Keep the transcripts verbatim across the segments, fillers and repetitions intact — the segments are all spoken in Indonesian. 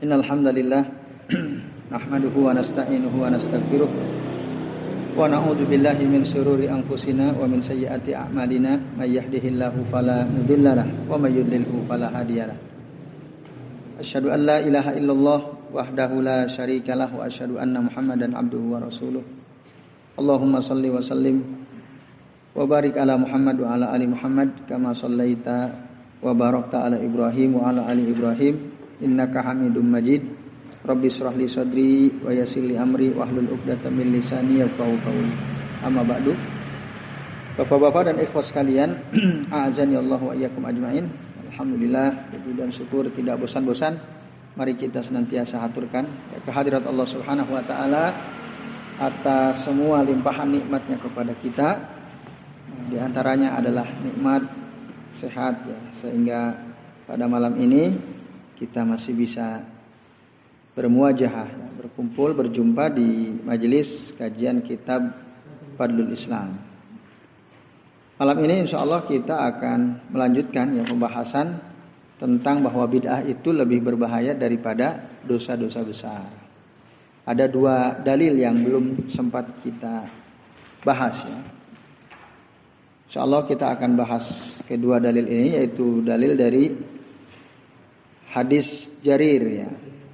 Innal hamdalillah nahmaduhu wa nasta'inuhu wa nastaghfiruh wa na'udzu billahi min shururi anfusina wa min sayyiati a'malina may yahdihillahu fala mudhillalah wa may yudlilhu fala hadiyalah. Asyhadu an la ilaha illallah wahdahu la syarikalah wa asyhadu anna Muhammadan abduhu wa rasuluh. Allahumma shalli wa sallim wa barik ala Muhammad wa ala ali Muhammad kama shallaita wa barakta ala Ibrahim wa ala ali Ibrahim innaka Hamidum Majid. Rabbi shrah li sadri wa yassir li amri wahlul 'uqdatam min lisani yafqahu qawli. Amma ba'du. Bapak-bapak dan ikhwas sekalian, a'azani Allah wa iyyakum ajmain. Alhamdulillah, puji dan syukur tidak bosan-bosan mari kita senantiasa haturkan kehadirat Allah Subhanahu wa taala atas semua limpahan nikmatnya kepada kita. Di antaranya adalah nikmat sehat ya, sehingga pada malam ini kita masih bisa bermuajahah, ya, berkumpul, berjumpa di majelis kajian kitab Fadlul Islam. Malam ini insya Allah kita akan melanjutkan ya pembahasan tentang bahwa bid'ah itu lebih berbahaya daripada dosa-dosa besar. Ada dua dalil yang belum sempat kita bahas ya. Insya Allah kita akan bahas kedua dalil ini, yaitu dalil dari hadis Jarir ya,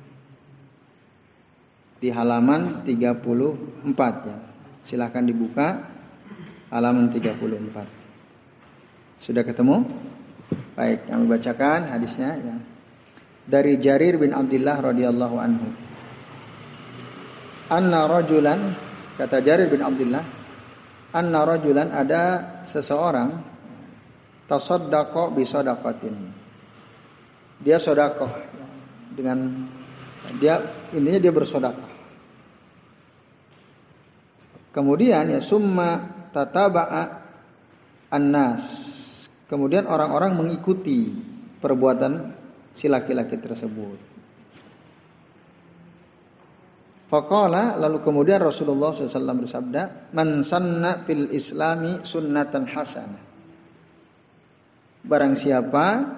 di halaman tiga puluh empat ya. Silakan dibuka halaman tiga puluh empat. Sudah ketemu? Baik, kami bacakan hadisnya ya. Dari Jarir bin Abdullah radhiyallahu anhu. Anna rajulan, kata Jarir bin Abdullah, anna rajulan, ada seseorang tasaddaqa bi sadaqatin. Dia sedekah dengan dia intinya dia bersedekah. Kemudian ya summa tataba'a annas. Kemudian orang-orang mengikuti perbuatan si laki-laki tersebut. Faqala, lalu kemudian Rasulullah shallallahu alaihi wasallam bersabda, man sanna fil islami sunnatan hasanah. Barang siapa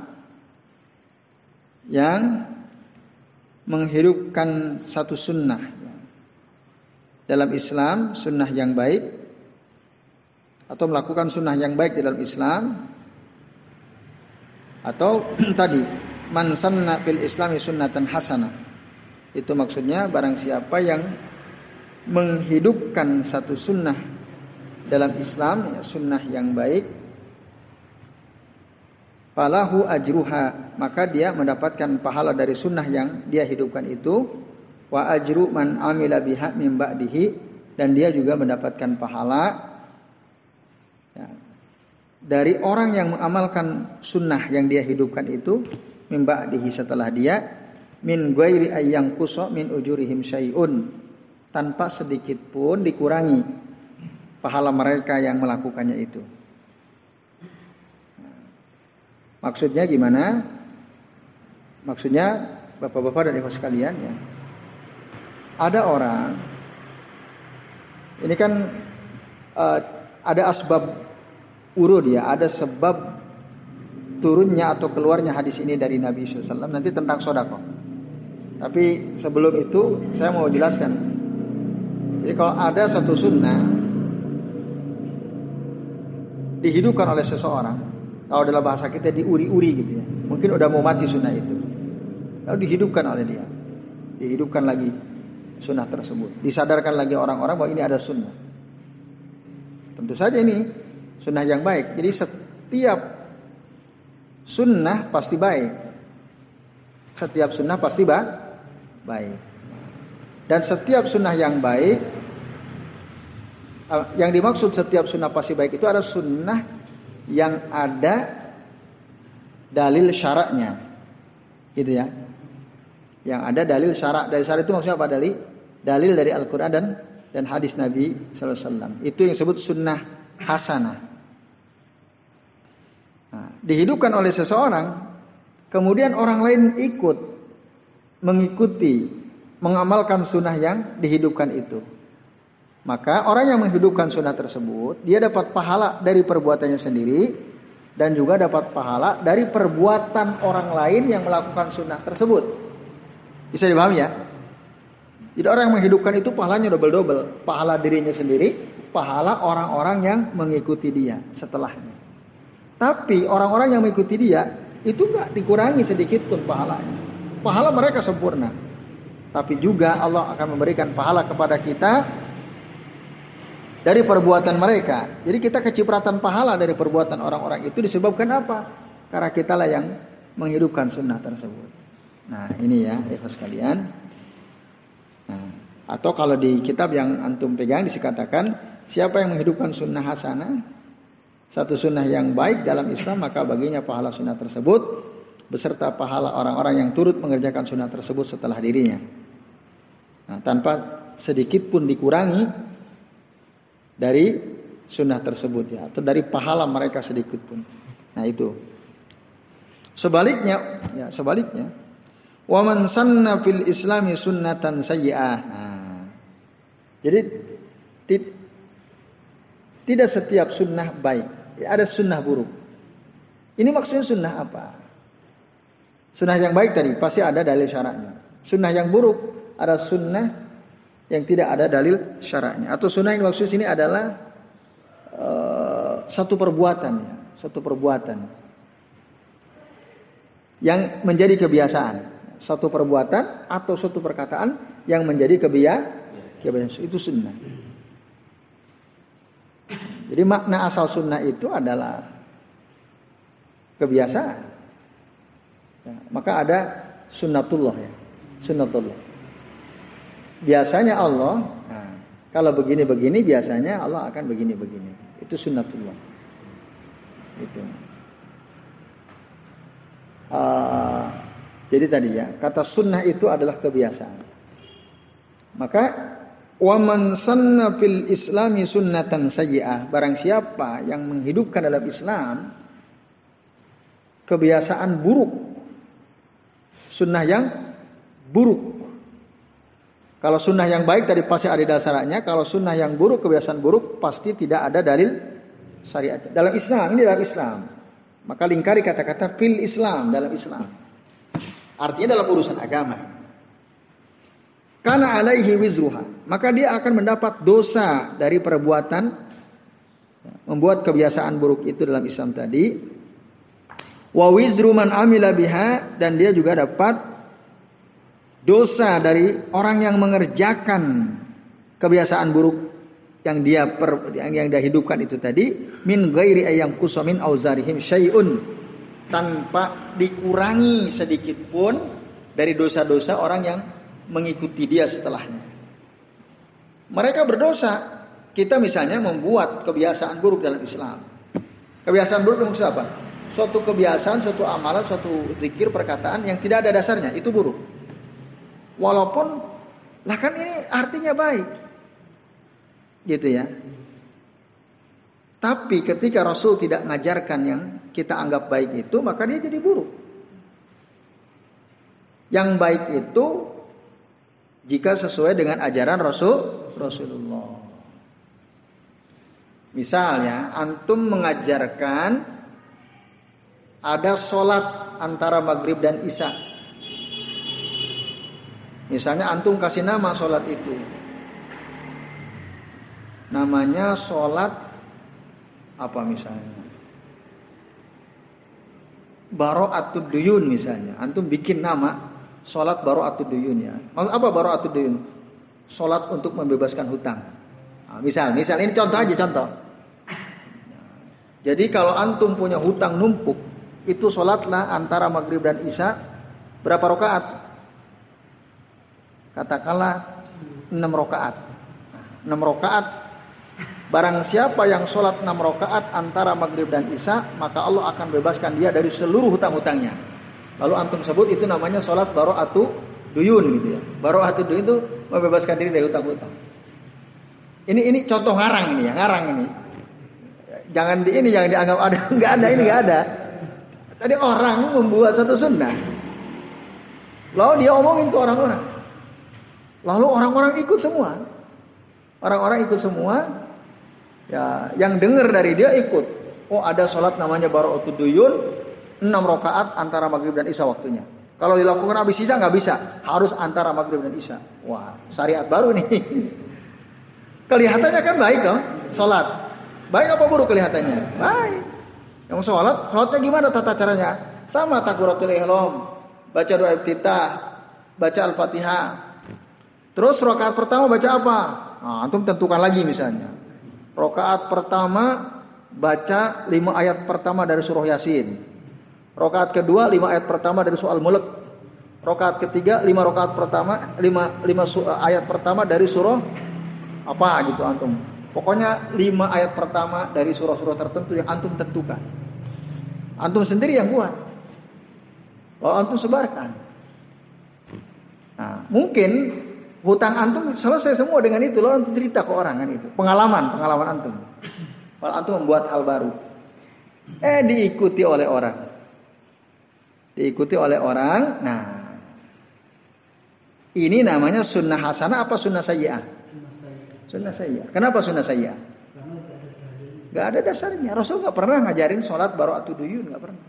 yang menghidupkan satu sunnah dalam Islam, sunnah yang baik, atau melakukan sunnah yang baik di dalam Islam, atau tadi man sanna fil islami sunnatan hasanah, itu maksudnya barang siapa yang menghidupkan satu sunnah dalam Islam, ya, sunnah yang baik, falahu ajruha, maka dia mendapatkan pahala dari sunnah yang dia hidupkan itu, wa ajru man amila biha min ba'dihi, dan dia juga mendapatkan pahala ya, dari orang yang mengamalkan sunnah yang dia hidupkan itu min ba'dihi, setelah dia, min ghairi ayyang kusa min ujurihim syai'un, tanpa sedikit pun dikurangi pahala mereka yang melakukannya itu. Maksudnya gimana? Maksudnya bapak-bapak dan ibu sekalian ya. Ada orang, ini kan uh, ada asbab urud ya, ada sebab turunnya atau keluarnya hadis ini dari Nabi shallallahu alaihi wasallam nanti tentang sedekah. Tapi sebelum itu saya mau jelaskan. Jadi kalau ada satu sunnah dihidupkan oleh seseorang, kalau dalam bahasa kita diuri-uri gitu ya. Mungkin udah mau mati sunnah itu. Lalu dihidupkan oleh dia. Dihidupkan lagi sunnah tersebut. Disadarkan lagi orang-orang bahwa ini ada sunnah. Tentu saja ini sunnah yang baik. Jadi setiap sunnah pasti baik. Setiap sunnah pasti ba- baik. Dan setiap sunnah yang baik, yang dimaksud setiap sunnah pasti baik itu ada sunnah yang ada dalil syaraknya, gitu ya. Yang ada dalil syarak. Dari syarak itu maksudnya apa? Dalil, dalil dari Al-Quran dan dan hadis Nabi Sallallahu Alaihi Wasallam. Itu yang disebut sunnah hasanah. Nah, dihidupkan oleh seseorang, kemudian orang lain ikut mengikuti, mengamalkan sunnah yang dihidupkan itu. Maka orang yang menghidupkan sunnah tersebut, dia dapat pahala dari perbuatannya sendiri, dan juga dapat pahala dari perbuatan orang lain yang melakukan sunnah tersebut. Bisa dipahami ya? Jadi orang yang menghidupkan itu pahalanya double-double. Pahala dirinya sendiri, pahala orang-orang yang mengikuti dia setelahnya. Tapi orang-orang yang mengikuti dia itu nggak dikurangi sedikit pun pahalanya. Pahala mereka sempurna. Tapi juga Allah akan memberikan pahala kepada kita dari perbuatan mereka. Jadi kita kecipratan pahala dari perbuatan orang-orang itu disebabkan apa? Karena kitalah yang menghidupkan sunnah tersebut. Nah ini ya ikhwas sekalian. Nah, atau kalau di kitab yang antum pegang dikatakan siapa yang menghidupkan sunnah hasanah, satu sunnah yang baik dalam Islam, maka baginya pahala sunnah tersebut beserta pahala orang-orang yang turut mengerjakan sunnah tersebut setelah dirinya. Nah, tanpa sedikit pun dikurangi dari sunnah tersebut ya, atau dari pahala mereka sedikit pun. Nah itu. Sebaliknya, ya sebaliknya, wa man sanna fil islami sunnatan sayyi'ah. Nah, jadi tid, tidak setiap sunnah baik, ada sunnah buruk. Ini maksudnya sunnah apa? Sunnah yang baik tadi pasti ada dalil syaraknya. Sunnah yang buruk ada sunnah yang tidak ada dalil syaraknya. Atau sunnah yang maksud sini adalah uh, satu perbuatan ya, satu perbuatan yang menjadi kebiasaan, satu perbuatan atau suatu perkataan yang menjadi kebiasaan, itu sunnah. Jadi makna asal sunnah itu adalah kebiasaan. Ya, maka ada sunnatullah ya, sunnatullah. Biasanya Allah, nah, kalau begini-begini biasanya Allah akan begini-begini. Itu sunnatullah. Itu. Uh, jadi tadi ya, kata sunnah itu adalah kebiasaan. Maka wa man sanna fil islami sunnatan sayyi'ah, barang siapa yang menghidupkan dalam Islam kebiasaan buruk, sunnah yang buruk. Kalau sunnah yang baik tadi pasti ada dasarnya, kalau sunnah yang buruk, kebiasaan buruk pasti tidak ada dalil syariat. Dalam Islam, ini dalam Islam. Maka lingkari kata-kata fil Islam, dalam Islam. Artinya dalam urusan agama. Kana alaihi wizruha, maka dia akan mendapat dosa dari perbuatan membuat kebiasaan buruk itu dalam Islam tadi. Wa wizru man amila biha, dan dia juga dapat dosa dari orang yang mengerjakan kebiasaan buruk yang dia per, yang, yang dia hidupkan itu tadi, min ghairi ayyam kusamin auzarihim syai'un, tanpa dikurangi sedikit pun dari dosa-dosa orang yang mengikuti dia setelahnya. Mereka berdosa. Kita misalnya membuat kebiasaan buruk dalam Islam. Kebiasaan buruk maksud apa? Suatu kebiasaan, suatu amalan, suatu zikir, perkataan yang tidak ada dasarnya, itu buruk. Walaupun lah kan ini artinya baik. Gitu ya. Tapi ketika Rasul tidak mengajarkan yang kita anggap baik itu, maka dia jadi buruk. Yang baik itu jika sesuai dengan ajaran Rasul Rasulullah. Misalnya antum mengajarkan ada sholat antara maghrib dan isya. Misalnya antum kasih nama sholat itu, namanya sholat apa misalnya, Bara'atud Duyun misalnya. Antum bikin nama sholat Bara'atud Duyun ya. Maksud apa Bara'atud Duyun? Sholat untuk membebaskan hutang. Nah, misal, misal ini contoh aja contoh. Jadi kalau antum punya hutang numpuk, itu sholatlah antara maghrib dan isya berapa rakaat? Katakanlah enam rakaat. enam rakaat. Barang siapa yang sholat enam rakaat antara maghrib dan isya, maka Allah akan bebaskan dia dari seluruh hutang-hutangnya. Lalu antum sebut itu namanya sholat Bara'atu Duyun gitu ya. Bara'atu Duyun itu membebaskan diri dari hutang-hutang. Ini ini contoh ngarang ini ya, ngarang ini. Jangan di ini jangan dianggap ada, enggak ada, ini enggak ada. Tadi orang membuat satu sunnah. Lalu dia omongin ke orang-orang. Lalu orang-orang ikut semua. Orang-orang ikut semua. Ya, yang dengar dari dia ikut. Oh, ada sholat namanya Bara'atud Duyun, enam rakaat antara maghrib dan isya waktunya. Kalau dilakukan habis isya nggak bisa, harus antara maghrib dan isya. Wah, syariat baru nih. Kelihatannya kan baik dong, sholat. Baik apa buruk kelihatannya? Baik. Yang sholat, sholatnya gimana tata caranya? Sama takbiratul ihram, baca doa iftitah, baca al-fatihah. Terus rakaat pertama baca apa? Nah, antum tentukan lagi misalnya. Rakaat pertama baca lima ayat pertama dari surah Yasin. Rakaat kedua lima ayat pertama dari surah Al-Mulk. Rakaat ketiga lima rakaat pertama lima lima ayat pertama dari surah apa gitu antum. Pokoknya lima ayat pertama dari surah-surah tertentu yang antum tentukan. Antum sendiri yang buat. Kalau antum sebarkan. Nah, mungkin hutang antum selesai semua dengan itu. Lalu antum cerita ke orang kan itu. Pengalaman, pengalaman antum. Kalau antum membuat hal baru. Eh diikuti oleh orang. Diikuti oleh orang. Nah, ini namanya sunnah hasanah apa sunnah sayyi'ah? Sunnah sayyi'ah. Kenapa sunnah sayyi'ah? Gak ada dasarnya. Rasul gak pernah ngajarin sholat bara'atu duyun, gak pernah.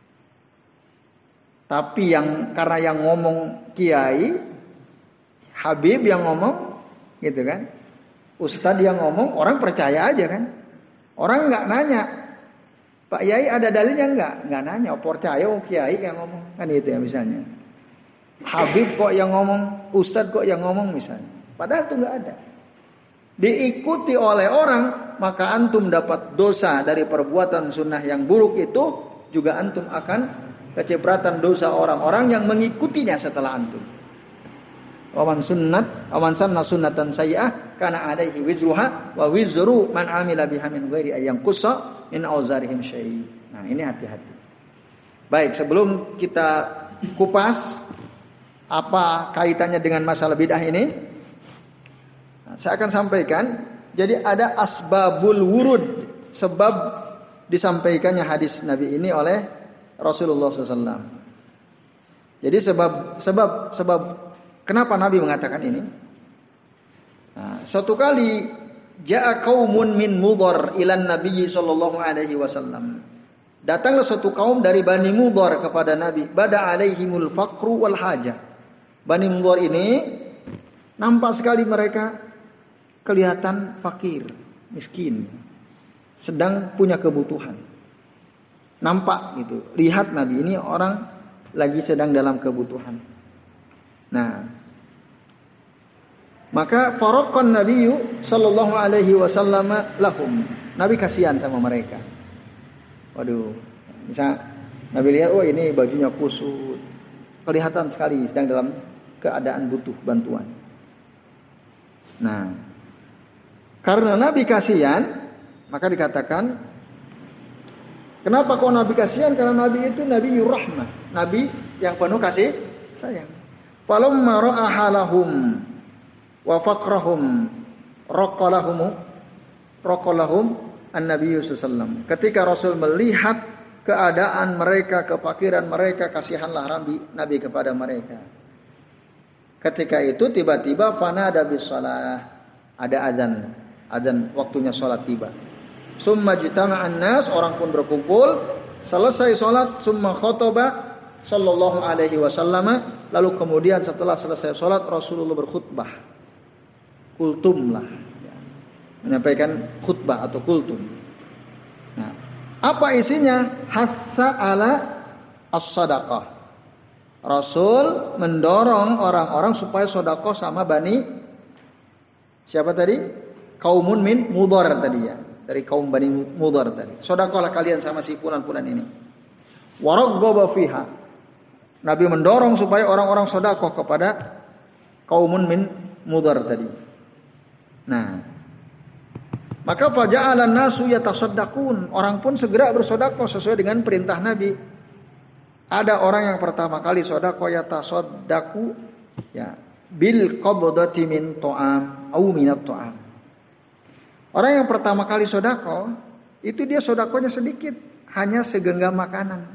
Tapi yang karena yang ngomong kiai, Habib yang ngomong, gitu kan? Ustadz yang ngomong, orang percaya aja kan? Orang nggak nanya, Pak Yai ada dalilnya nggak? Nggak nanya, percaya oh kiai yang ngomong, kan itu ya misalnya. Habib kok yang ngomong, Ustadz kok yang ngomong misalnya. Padahal itu nggak ada. Diikuti oleh orang, maka antum dapat dosa dari perbuatan sunnah yang buruk itu, juga antum akan kecipratan dosa orang-orang yang mengikutinya setelah antum. Waman sunnat, waman sanna sunnatan sayyi'ah kana alaihi wizruha wa wizru man amila biha min ghairi ayyam qussa min auzarihim syai'. Nah, ini hati-hati. Baik, sebelum kita kupas apa kaitannya dengan masalah bid'ah ini, nah, saya akan sampaikan. Jadi ada asbabul wurud, sebab disampaikannya hadis Nabi ini oleh Rasulullah shallallahu alaihi wasallam. Jadi sebab sebab sebab kenapa Nabi mengatakan ini? Nah, suatu kali ja'a qaumun min Mudhar ilan Nabi sallallahu alaihi wasallam. Datanglah suatu kaum dari Bani Mudhar kepada Nabi. Bada alaihimul faqru wal hajah. Bani Mudhar ini nampak sekali mereka kelihatan fakir, miskin, sedang punya kebutuhan. Nampak gitu. Lihat Nabi ini orang lagi sedang dalam kebutuhan. Nah, maka faraqan Nabiyyu sallallahu alaihi wasallam lahum. Nabi kasihan sama mereka. Waduh, misal Nabi lihat, oh ini bajunya kusut, kelihatan sekali sedang dalam keadaan butuh bantuan. Nah, karena Nabi kasihan, maka dikatakan, kenapa kok Nabi kasihan? Karena Nabi itu Nabi Rahmah, Nabi yang penuh kasih sayang. Falamma ra'a halahum wa faqrahum raqalahum raqalahum an-nabiy sallallahu alaihi wasallam. Ketika Rasul melihat keadaan mereka, kefakiran mereka, kasihanlah Nabi Nabi kepada mereka. Ketika itu tiba-tiba fanada bis shalah, ada azan, azan waktunya salat tiba. Summa jitama'an nas, orang pun berkumpul, selesai salat, summa khotobah sallallahu alaihi wasallam, lalu kemudian setelah selesai salat Rasulullah berkhutbah. Kultum lah, ya, menyampaikan khutbah atau kultum. Nah, apa isinya? Hassa ala as-sadaqah. Rasul mendorong orang-orang supaya sedekah sama Bani siapa tadi? Kaumun min Mudhar tadi ya, dari kaum Bani Mudhar tadi. Sedekahlah kalian sama si fulan-fulan ini. Waraghaba fiha. Nabi mendorong supaya orang-orang sedekah kepada kaumun min Mudhar tadi. Nah, maka faja'alan nasu yatasaddaqun, orang pun segera bersedekah sesuai dengan perintah Nabi. Ada orang yang pertama kali sedekah yatasaddaqu ya bil qabdati min ta'am au minat ta'am. Orang yang pertama kali sedekah itu dia sedekahnya sedikit, hanya segenggam makanan.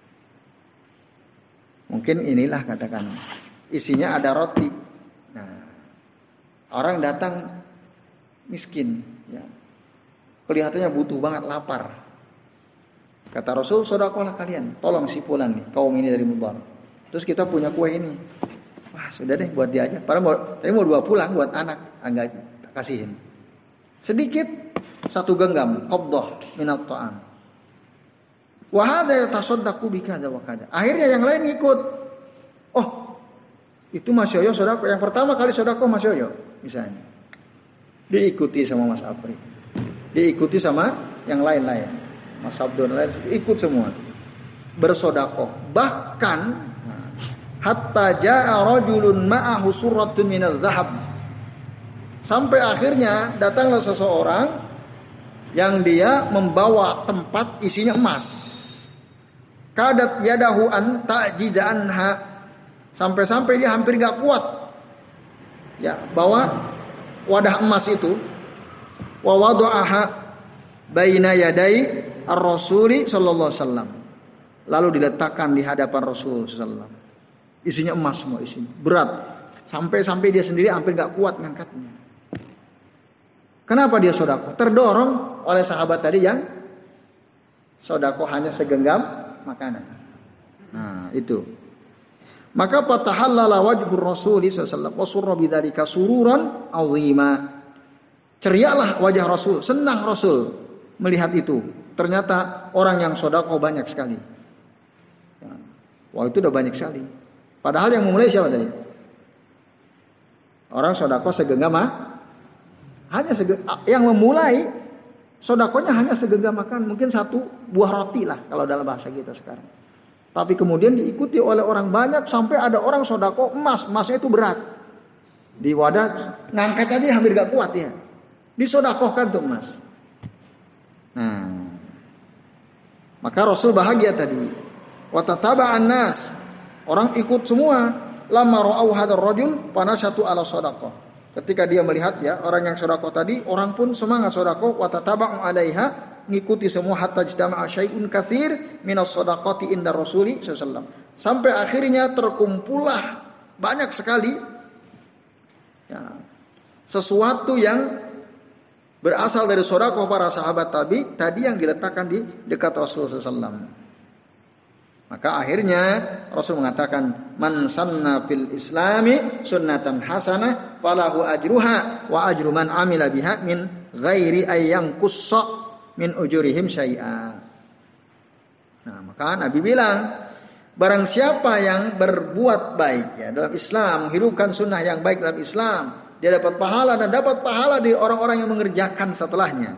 Mungkin inilah katakan isinya ada roti. Nah, orang datang miskin, ya, kelihatannya butuh banget, lapar. Kata Rasul, sedekahlah kalian, tolong si fulan nih, kaum ini dari Mudhar, Terus kita punya kue ini. Wah sudah deh buat dia aja. Padahal mau, tadi mau dua pulang buat anak. Enggak kasihin. Sedikit satu genggam. Qabdah minat ta'am. Wa hadza yatasaddaqu bika wa kada. Akhirnya yang lain ngikut. Oh, itu Mas Yoyo sedekah. Yang pertama kali sedekah Mas Yoyo misalnya. Diikuti sama Mas Apri. Diikuti sama yang lain-lain. Mas Abdul lain ikut semua. Bersedekah. Bahkan hatta jaa rajulun ma'ahu surratun minadz zahab. Sampai akhirnya datanglah seseorang yang dia membawa tempat isinya emas. Kadat yadahu an ta'jiza anha. Sampai-sampai dia hampir enggak kuat. Ya, bawa wadah emas itu. Wa wada'aha baina yadai ar-rasuli sallallahu alaihi wasallam. Lalu diletakkan di hadapan Rasul sallallahu alaihi wasallam. Isinya emas semua isinya. Berat. Sampai-sampai dia sendiri hampir gak kuat ngangkatnya. Kenapa dia sodako? Terdorong oleh sahabat tadi yang sodako hanya segenggam makanan. Nah itu. Maka fatahallala wajhur Rasul sallallahu alaihi wasallam wa surra bidzalika sururan 'azima. Cerialah wajah Rasul, senang Rasul melihat itu. Ternyata orang yang sodako banyak sekali. Wah itu udah banyak sekali. Padahal yang memulai siapa tadi? Orang sodako segenggam mah, hanya segenggam, yang memulai sodakonya hanya segenggam makan, mungkin satu buah roti lah kalau dalam bahasa kita sekarang. Tapi kemudian diikuti oleh orang banyak sampai ada orang sodako emas, emasnya itu berat. Di wadah ngangkat aja hampir gak kuat ya. Disodakohkan tuh emas. Nah, maka Rasul bahagia tadi. Wa tataba'an nas. Orang ikut semua. Lama ra'au hadar rajul panasatu ala sodaqah. Ketika dia melihat ya orang yang sodaqah tadi, orang pun semangat sodaqah. Wa tataba'u alaiha, ngikuti semua hatta jtama'a syai'un katsir minas sodaqati inda Rasuli sallallahu alaihi wasallam. Sampai akhirnya terkumpullah banyak sekali ya, sesuatu yang berasal dari sodaqah para sahabat tabi tadi yang diletakkan di dekat Rasulullah sallallahu alaihi wasallam. Maka akhirnya Rasul mengatakan man sanna fil islami sunnatan hasanah falahu ajruha wa ajru man amila biha min ghairi ayyang qussa min ujurihim syai'a. Nah, maka Nabi bilang barang siapa yang berbuat baik ya dalam Islam, menghidupkan sunnah yang baik dalam Islam, dia dapat pahala dan dapat pahala dari orang-orang yang mengerjakan setelahnya.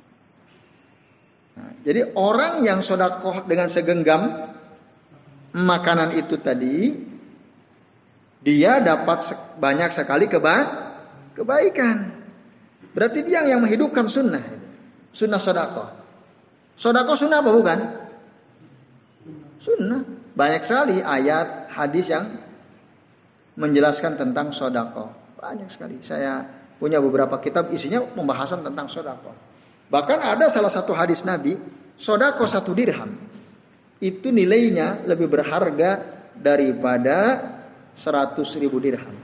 Nah, jadi orang yang sedekah dengan segenggam makanan itu tadi, dia dapat banyak sekali keba kebaikan. Berarti dia yang menghidupkan sunnah. Sunnah sedekah. Sedekah sunnah apa bukan? Sunnah. Banyak sekali ayat, hadis yang menjelaskan tentang sedekah. Banyak sekali. Saya punya beberapa kitab isinya pembahasan tentang sedekah. Bahkan ada salah satu hadis Nabi, sedekah satu dirham. Itu nilainya lebih berharga daripada seratus ribu dirham.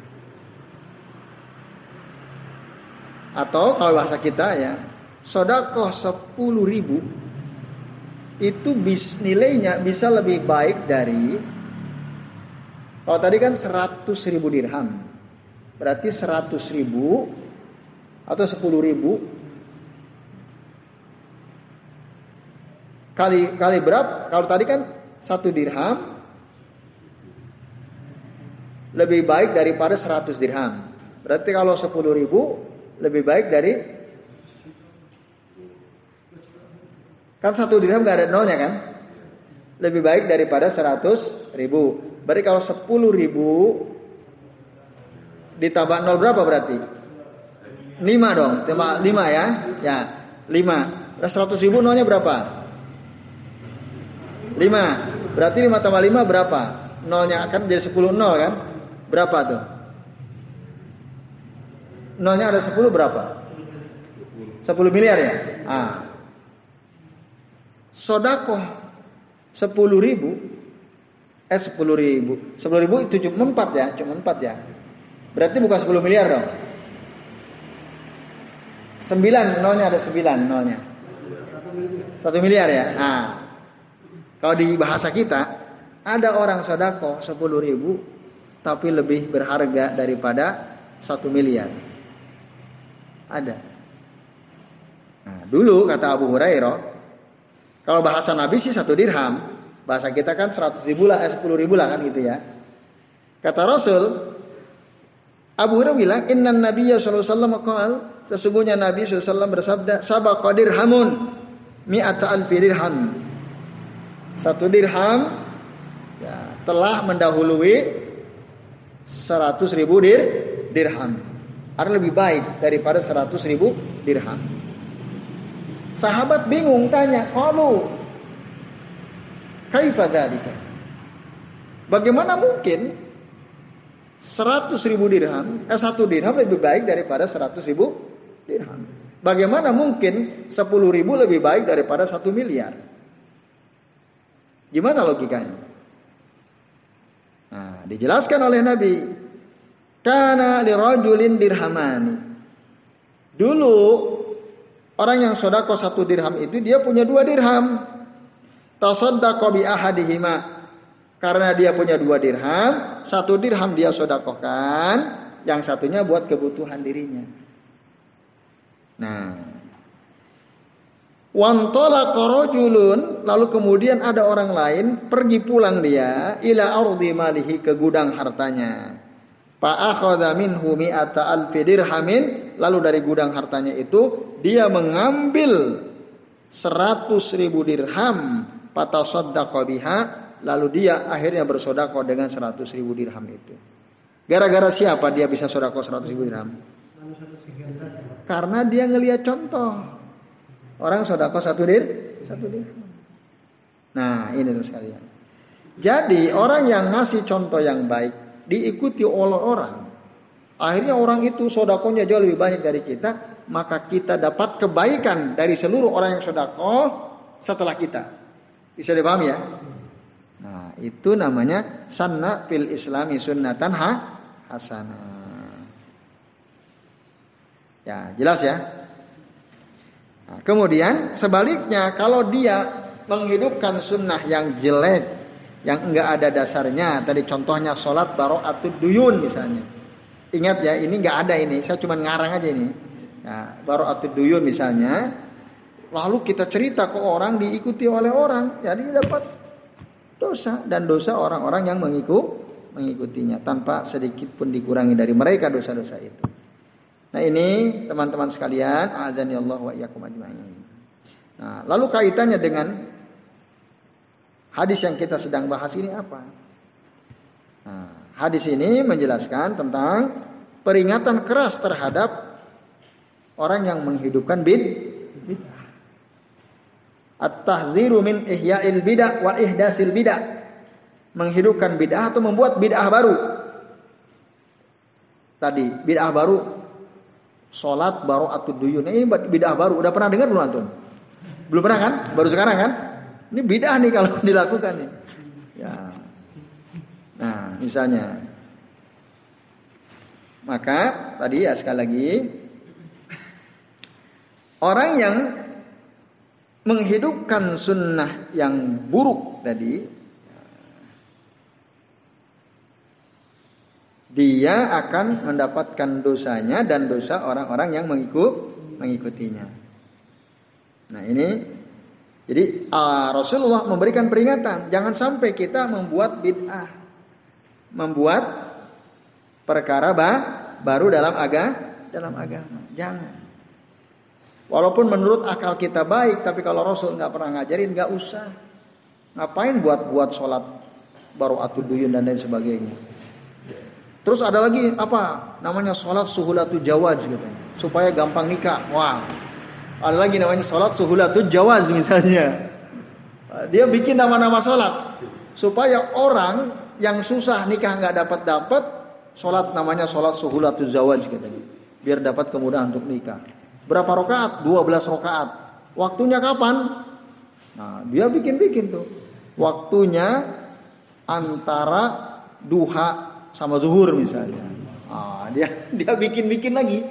Atau kalau bahasa kita ya, sedekah sepuluh ribu itu bis, nilainya bisa lebih baik dari, kalau tadi kan seratus ribu dirham, berarti seratus ribu atau sepuluh ribu Kali kali berapa? Kalau tadi kan satu dirham lebih baik daripada seratus dirham. Berarti kalau sepuluh ribu lebih baik dari, kan satu dirham gak ada nolnya kan? Lebih baik daripada seratus ribu. Berarti kalau sepuluh ribu ditambah nol berapa berarti? lima dong. Tambah lima ya. Ya, lima. seratus ribu nolnya berapa? lima. Berarti lima tambah lima berapa? Nolnya akan jadi sepuluh nol kan? Berapa tuh? Nolnya ada sepuluh berapa? sepuluh miliar ya? Ah. Sedekah sepuluh ribu. Eh sepuluh ribu. sepuluh ribu itu cuma empat ya? Cuma empat ya? Berarti bukan sepuluh miliar dong? sembilan, nolnya ada sembilan nolnya. satu miliar ya? Nah. Kalau di bahasa kita ada orang sedekah sepuluh ribu tapi lebih berharga daripada satu miliar. Ada. Nah, dulu kata Abu Hurairah, kalau bahasa Nabi sih satu dirham, bahasa kita kan seratus ribu lah, eh, sepuluh ribu lah kan gitu ya. Kata Rasul, Abu Hurairah bilang, Inna Nabiya sallallahu alaihi wasallam qala, sesungguhnya Nabi sallallahu alaihi wasallam bersabda, sabaqa dirhamun mi'ata alfi dirham. Satu dirham ya, telah mendahului seratus ribu dir, dirham. Ada lebih baik daripada seratus ribu dirham. Sahabat bingung tanya, qalu kaifa dzalika? Bagaimana mungkin seratus ribu dirham, eh satu dirham lebih baik daripada seratus ribu dirham? Bagaimana mungkin sepuluh ribu lebih baik daripada satu miliar? Gimana logikanya? Nah, dijelaskan oleh Nabi, kana lirajulin dirhamani. Dulu orang yang sedekah satu dirham itu dia punya dua dirham. Tasaddaqa bi ahadihima. Karena dia punya dua dirham, satu dirham dia sedekahkan, yang satunya buat kebutuhan dirinya. Nah, wantalaqa rajulun, lalu kemudian ada orang lain pergi pulang dia ila ardi malihi, ke gudang hartanya. Fa akhadha minhu mi'ata alfi dirhamin, lalu dari gudang hartanya itu dia mengambil seratus ribu dirham, fatasaddaqa biha, lalu dia akhirnya bersedekah dengan seratus ribu dirham itu. Gara-gara siapa dia bisa sedekah seratus ribu dirham? Karena dia ngelihat contoh orang sedekah satu dir, satu dirham. Nah, ini terus sekalian. Jadi orang yang ngasih contoh yang baik diikuti oleh orang, akhirnya orang itu sedekahnya jauh lebih banyak dari kita, maka kita dapat kebaikan dari seluruh orang yang sedekah setelah kita. Bisa dipahami ya? Nah, itu namanya sanna fil islami sunnatan ha hasanah. Ya, jelas ya? Nah, kemudian sebaliknya, kalau dia menghidupkan sunnah yang jelek, yang enggak ada dasarnya, tadi contohnya sholat bara'atud duyun misalnya. Ingat ya, ini enggak ada ini, saya cuma ngarang aja ini. Nah, bara'atud duyun misalnya, lalu kita cerita ke orang, diikuti oleh orang, jadi dapat dosa, dan dosa orang-orang yang mengikut, mengikutinya tanpa sedikit pun dikurangi dari mereka dosa-dosa itu. Nah, ini teman-teman sekalian, azani Allah wa iyyakum ajmain. Nah, lalu kaitannya dengan hadis yang kita sedang bahas ini apa? Nah, hadis ini menjelaskan tentang peringatan keras terhadap orang yang menghidupkan bid'ah. At-tahdziru min ihya'il bid'ah wa ihdasil bid'ah. Menghidupkan bid'ah atau membuat bid'ah baru. Tadi bid'ah baru, salat bara'atud duyun. Ini bid'ah baru. Udah pernah dengar belum antum? Belum pernah kan? Baru sekarang kan? Ini bid'ah nih kalau dilakukan nih. Ya. Nah, misalnya. Maka tadi ya sekali lagi, orang yang menghidupkan sunnah yang buruk tadi, dia akan mendapatkan dosanya dan dosa orang-orang yang mengikut mengikutinya. Nah, ini jadi uh, Rasulullah memberikan peringatan, jangan sampai kita membuat bid'ah, membuat perkara bah, baru dalam agama, dalam agama. Jangan. Walaupun menurut akal kita baik, tapi kalau Rasul nggak pernah ngajarin, nggak usah. Ngapain buat-buat sholat bara'atud duyun dan lain sebagainya. Terus ada lagi apa? Namanya sholat suhulatul jawaz gitu, supaya gampang nikah. Wah. Ada lagi namanya sholat suhulatul jawaz misalnya. Dia bikin nama-nama sholat supaya orang yang susah nikah nggak dapat dapat, sholat namanya sholat suhulatul jawaz gitu, biar dapat kemudahan untuk nikah. Berapa rakaat? dua belas rakaat. Waktunya kapan? Nah, dia bikin-bikin tuh. Waktunya antara duha sama zuhur misalnya. Ah, dia dia bikin-bikin lagi.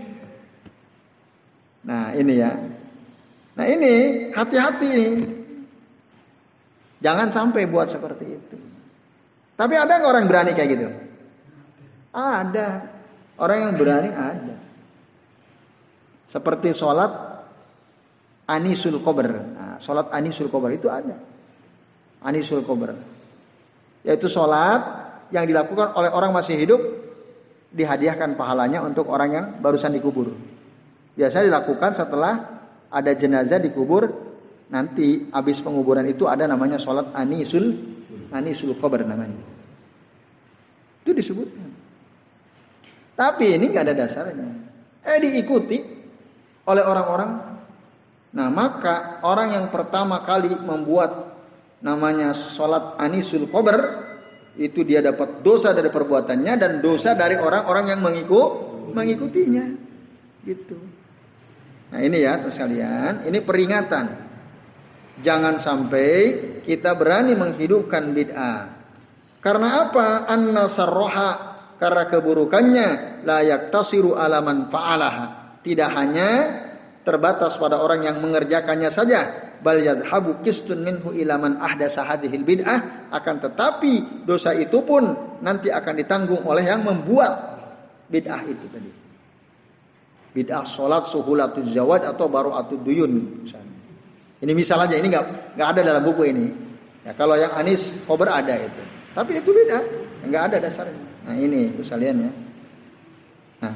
Nah, ini ya. Nah, ini hati-hati nih. Jangan sampai buat seperti itu. Tapi ada nggak orang yang berani kayak gitu? Ada. Orang yang berani ada. Seperti sholat anisul qabr. Nah, sholat anisul qabr itu ada. Anisul qabr. Yaitu sholat yang dilakukan oleh orang masih hidup, dihadiahkan pahalanya untuk orang yang barusan dikubur. Biasanya dilakukan setelah ada jenazah dikubur, nanti habis penguburan itu ada namanya sholat anisul anisul qabr namanya. Itu disebutnya. Tapi ini nggak ada dasarnya. Eh diikuti oleh orang-orang. Nah maka orang yang pertama kali membuat namanya sholat anisul qabr, itu dia dapat dosa dari perbuatannya dan dosa dari orang-orang yang mengikut mengikutinya. Gitu. Nah ini ya terus kalian, ini peringatan. Jangan sampai kita berani menghidupkan bid'ah. Karena apa? Anna sarroha, karena keburukannya la yaktasiru ala man fa'alaha. Tidak hanya terbatas pada orang yang mengerjakannya saja, bal yadhabu qistun minhu ila man ahdasa hadhil bid'ah, akan tetapi dosa itu pun nanti akan ditanggung oleh yang membuat bid'ah itu tadi. Bid'ah salat suhulatul zawaj atau baru'atud duyun misalnya. Ini misal aja, ini enggak enggak ada dalam buku ini. Ya kalau yang anis qabr ada itu. Tapi itu bid'ah, enggak ada dasarnya. Nah, ini sekalian ya. Nah,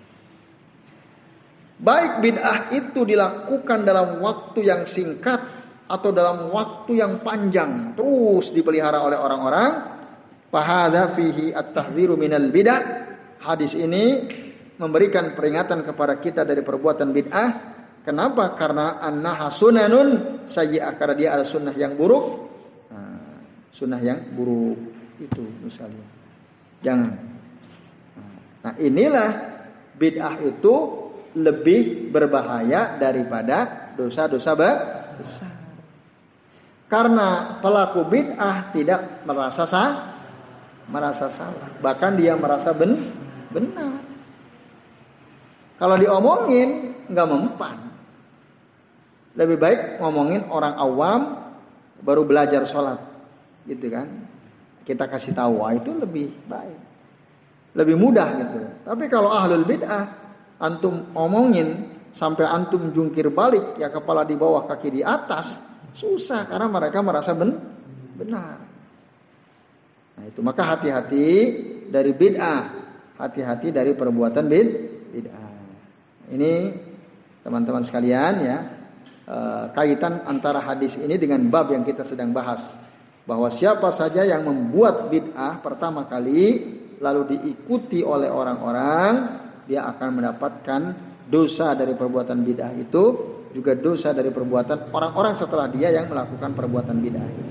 baik bid'ah itu dilakukan dalam waktu yang singkat atau dalam waktu yang panjang, terus dipelihara oleh orang-orang, fahadha fihi at-tahdhiru minal bid'ah. Hadis ini memberikan peringatan kepada kita dari perbuatan bid'ah. Kenapa? Karena annaha sunanun sayyi'ah, karena dia adalah sunnah yang buruk. Nah, sunnah yang buruk itu misalnya. Jangan. Nah, inilah bid'ah itu lebih berbahaya daripada dosa-dosa besar. Karena pelaku bid'ah tidak merasa sah, merasa salah, bahkan dia merasa ben, benar. Kalau diomongin nggak mempan. Lebih baik ngomongin orang awam baru belajar sholat, gitu kan? Kita kasih tahu, wah, itu lebih baik, lebih mudah gitu. Tapi kalau ahlul bid'ah, antum omongin sampai antum jungkir balik, ya kepala di bawah kaki di atas, susah karena mereka merasa ben, benar. Nah itu maka hati-hati dari bid'ah, hati-hati dari perbuatan bid, bid'ah. Ini teman-teman sekalian ya, eh, kaitan antara hadis ini dengan bab yang kita sedang bahas, bahwa siapa saja yang membuat bid'ah pertama kali lalu diikuti oleh orang-orang, dia akan mendapatkan dosa dari perbuatan bid'ah itu, juga dosa dari perbuatan orang-orang setelah dia yang melakukan perbuatan bid'ah itu.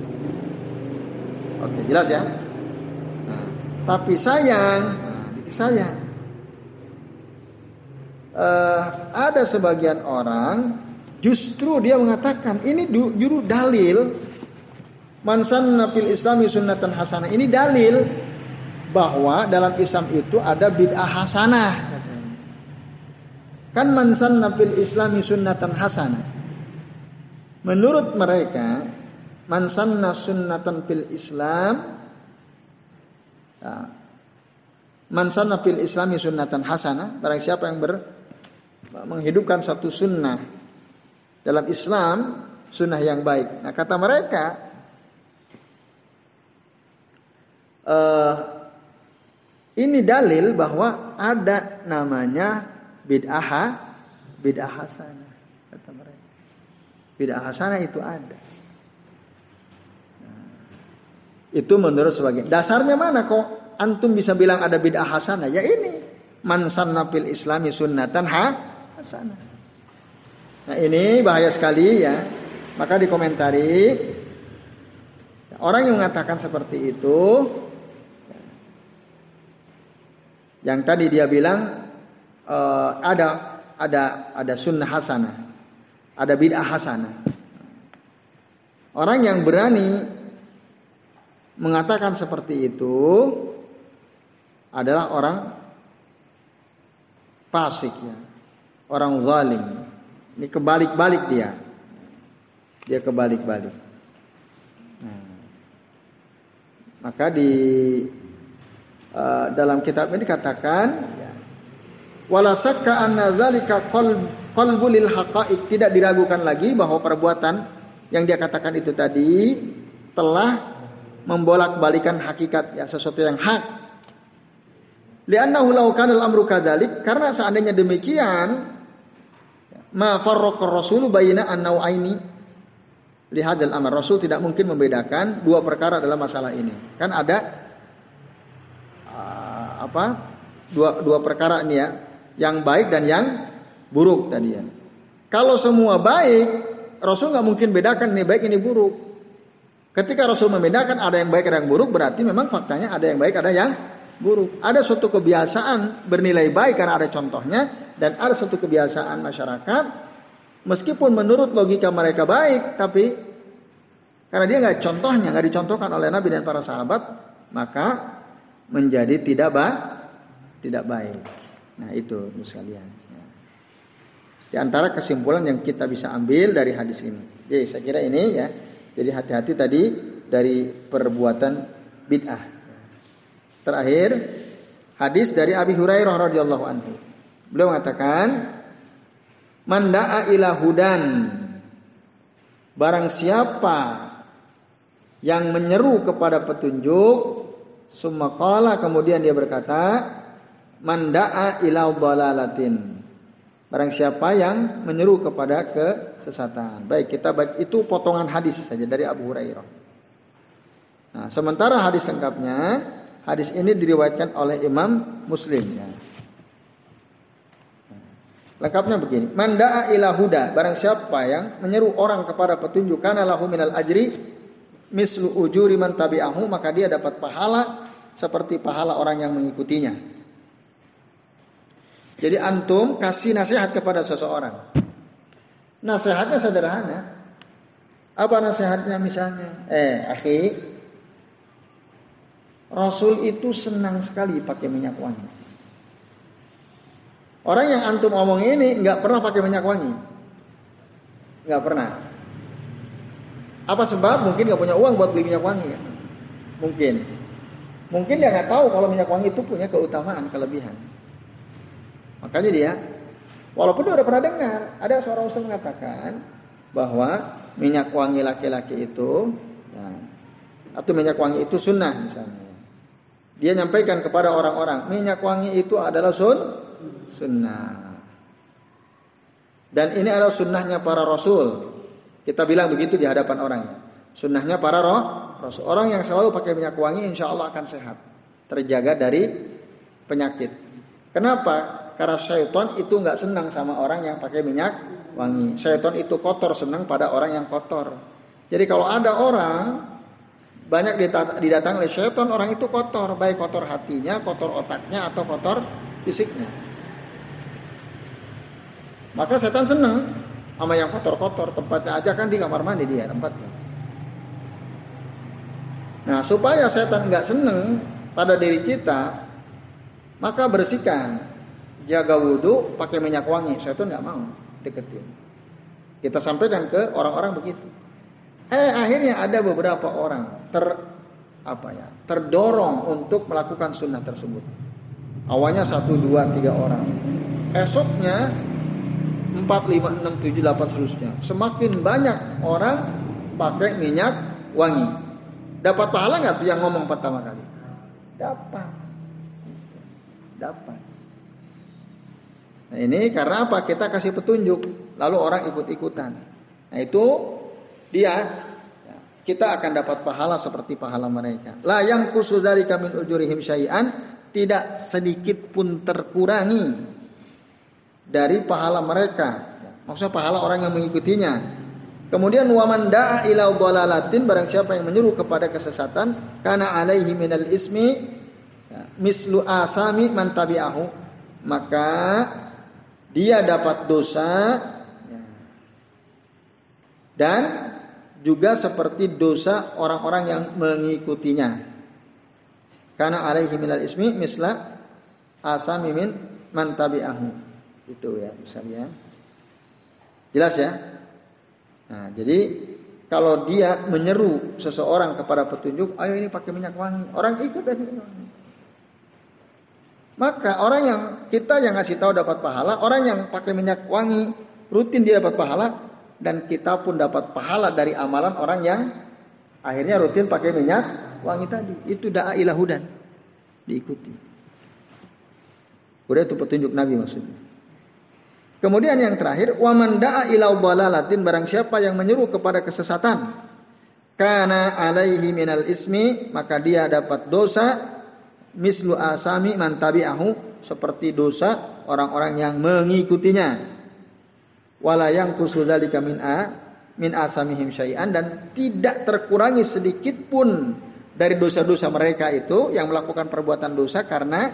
Oke, jelas ya? Nah, tapi sayang, nah, sayang, uh, ada sebagian orang justru dia mengatakan ini juru dalil man sanna fil islami sunnatan hasanah. Ini dalil bahwa dalam Islam itu ada bid'ah hasanah. Kan man sanna fil islami sunnatan hasanah. Menurut mereka, man sanna sunnatan fil Islam, ya, man sanna fil islami sunnatan hasanah, barang siapa yang ber, menghidupkan satu sunnah dalam Islam, sunnah yang baik. Nah kata mereka, uh, ini dalil bahwa ada namanya bid'ah, bid'ah hasanah, kata mereka. Bid'ah hasanah itu ada. Nah, itu menurut sebagian. Dasarnya mana kok antum bisa bilang ada bid'ah hasanah? Ya ini, man sanna fil islami sunnatan ha, hasanah. Nah ini bahaya sekali ya. Maka dikomentari, orang yang mengatakan seperti itu, yang tadi dia bilang uh, ada ada ada sunnah hasanah, ada bid'ah hasanah. Orang yang berani mengatakan seperti itu adalah orang fasik ya, orang zalim. Ini kebalik-balik dia, dia kebalik-balik. Nah, Maka di uh, dalam kitab ini dikatakan wala sakka anna dzalika qalbul lil haqa'iq, tidak diragukan lagi bahwa perbuatan yang dia katakan itu tadi telah membolak-balikan hakikat, ya, sesuatu yang hak. Li'annahu law kana al-amru kadzalik, karena seandainya demikian ma farraqa ar-rasul baina an-nau'aini li hadzal amr, Rasul tidak mungkin membedakan dua perkara dalam masalah ini. Kan ada uh, apa? Dua dua perkara ini ya, yang baik dan yang buruk tadi ya. Kalau semua baik, Rasul nggak mungkin bedakan ini baik ini buruk. Ketika Rasul membedakan ada yang baik ada yang buruk, berarti memang faktanya ada yang baik ada yang buruk. Ada suatu kebiasaan bernilai baik karena ada contohnya, dan ada suatu kebiasaan masyarakat meskipun menurut logika mereka baik, tapi karena dia nggak contohnya, nggak dicontohkan oleh Nabi dan para sahabat, maka menjadi tidak ba tidak baik. Nah itu sekalian. Di antara kesimpulan yang kita bisa ambil dari hadis ini. Jadi saya kira ini ya. Jadi hati-hati tadi dari perbuatan bid'ah. Terakhir hadis dari Abi Hurairah radhiyallahu anhu. Beliau mengatakan, "Man da'a ila hudan." Barang siapa yang menyeru kepada petunjuk, summa qala, kemudian dia berkata, "Man da'a ila dhalalatin." Barang siapa yang menyeru kepada kesesatan. Baik, kita baca itu potongan hadis saja dari Abu Hurairah. Nah, sementara hadis lengkapnya, hadis ini diriwayatkan oleh Imam Muslim. Ya. Lengkapnya begini. Man da'a ila huda, barang siapa yang menyeru orang kepada petunjuk, kana lahu minal ajri mislu ujuri man tabi'ahu, maka dia dapat pahala seperti pahala orang yang mengikutinya. Jadi antum kasih nasihat kepada seseorang. Nasihatnya sederhana. Apa nasihatnya misalnya? Eh, akhi, Rasul itu senang sekali pakai minyak wangi. Orang yang antum omong ini nggak pernah pakai minyak wangi, nggak pernah. Apa sebab? Mungkin nggak punya uang buat beli minyak wangi. Ya? Mungkin, mungkin dia nggak tahu kalau minyak wangi itu punya keutamaan, kelebihan. Makanya dia, walaupun dia udah pernah dengar, ada seorang ustaz mengatakan bahwa minyak wangi laki-laki itu, ya, atau minyak wangi itu sunnah misalnya. Dia nyampaikan kepada orang-orang, minyak wangi itu adalah sun, sunnah. Dan ini adalah sunnahnya para rasul. Kita bilang begitu di hadapan orang. Sunnahnya para roh, rasul. Orang yang selalu pakai minyak wangi, insya Allah akan sehat, terjaga dari penyakit. Kenapa? Karena syaitan itu nggak senang sama orang yang pakai minyak wangi. Syaitan itu kotor, senang pada orang yang kotor. Jadi kalau ada orang banyak didatangi oleh syaitan, orang itu kotor, baik kotor hatinya, kotor otaknya, atau kotor fisiknya. Maka setan senang sama yang kotor-kotor. Tempatnya aja kan di kamar mandi dia tempatnya. Nah, supaya setan nggak senang pada diri kita, maka bersihkan. Jaga wudhu, pakai minyak wangi. Setan nggak mau deketin. Kita sampaikan ke orang-orang begitu. Eh akhirnya ada beberapa orang ter apa ya terdorong untuk melakukan sunnah tersebut. Awalnya satu, dua, tiga orang. Esoknya empat, lima, enam, tujuh, delapan seterusnya. Semakin banyak orang pakai minyak wangi. Dapat pahala nggak tuh yang ngomong pertama kali? Dapat. Dapat. Nah ini karena apa? Kita kasih petunjuk, lalu orang ikut-ikutan. Nah itu dia, kita akan dapat pahala seperti pahala mereka. La yang khusus dari kami ujurihim syai'an, tidak sedikit pun terkurangi dari pahala mereka. Maksudnya pahala orang yang mengikutinya. Kemudian waman da'a ila dhalalatin, barang siapa yang menyuruh kepada kesesatan, kana alaihi minal ismi mislu asami man tabi'ahu, maka dia dapat dosa dan juga seperti dosa orang-orang yang mengikutinya. Karena alaihi minal ismi misla asami min man tabi'ahu. Itu ya misalnya. Jelas ya? Nah, jadi kalau dia menyeru seseorang kepada petunjuk, ayo ini pakai minyak wangi, orang ikut dan minyak wangi. Maka orang yang kita yang ngasih tahu dapat pahala, orang yang pakai minyak wangi rutin dia dapat pahala, dan kita pun dapat pahala dari amalan orang yang akhirnya rutin pakai minyak wangi tadi. Itu da'a ila hudan, diikuti. Udah itu petunjuk Nabi maksudnya. Kemudian yang terakhir, wa man da'a ila dhalalatin, barang siapa yang menyuruh kepada kesesatan, kana alaihi minal ismi, maka dia dapat dosa mislu asami man tabi'ahu, seperti dosa orang-orang yang mengikutinya. Wala yanqusu dzalika min a min asamihim syai'an, dan tidak terkurangi sedikit pun dari dosa-dosa mereka itu yang melakukan perbuatan dosa karena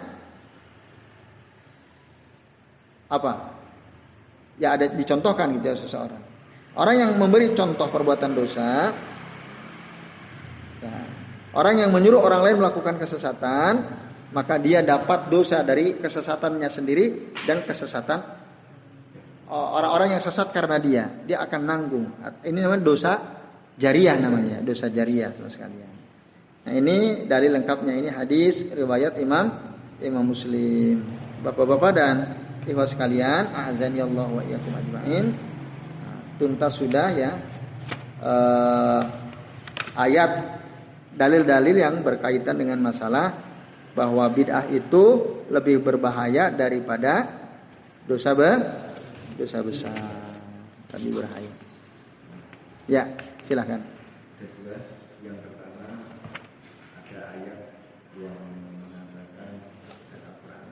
apa? Ya ada dicontohkan gitu ya seseorang. Orang yang memberi contoh perbuatan dosa, ya, orang yang menyuruh orang lain melakukan kesesatan, maka dia dapat dosa dari kesesatannya sendiri dan kesesatan orang-orang yang sesat karena dia. Dia akan nanggung. Ini namanya dosa jariyah namanya, dosa jariyah teman sekalian. Nah ini dalil lengkapnya, ini hadis riwayat Imam Imam Muslim. Bapak-bapak dan ikhwas sekalian, a'azani Allah wa iyyakum ajmain. Tuntas sudah ya uh, ayat dalil-dalil yang berkaitan dengan masalah bahwa bid'ah itu lebih berbahaya daripada dosa be, dosa besar. Lebih berbahaya. Ya, silakan. Yang pertama ada ayat yang mengatakan kekafiran.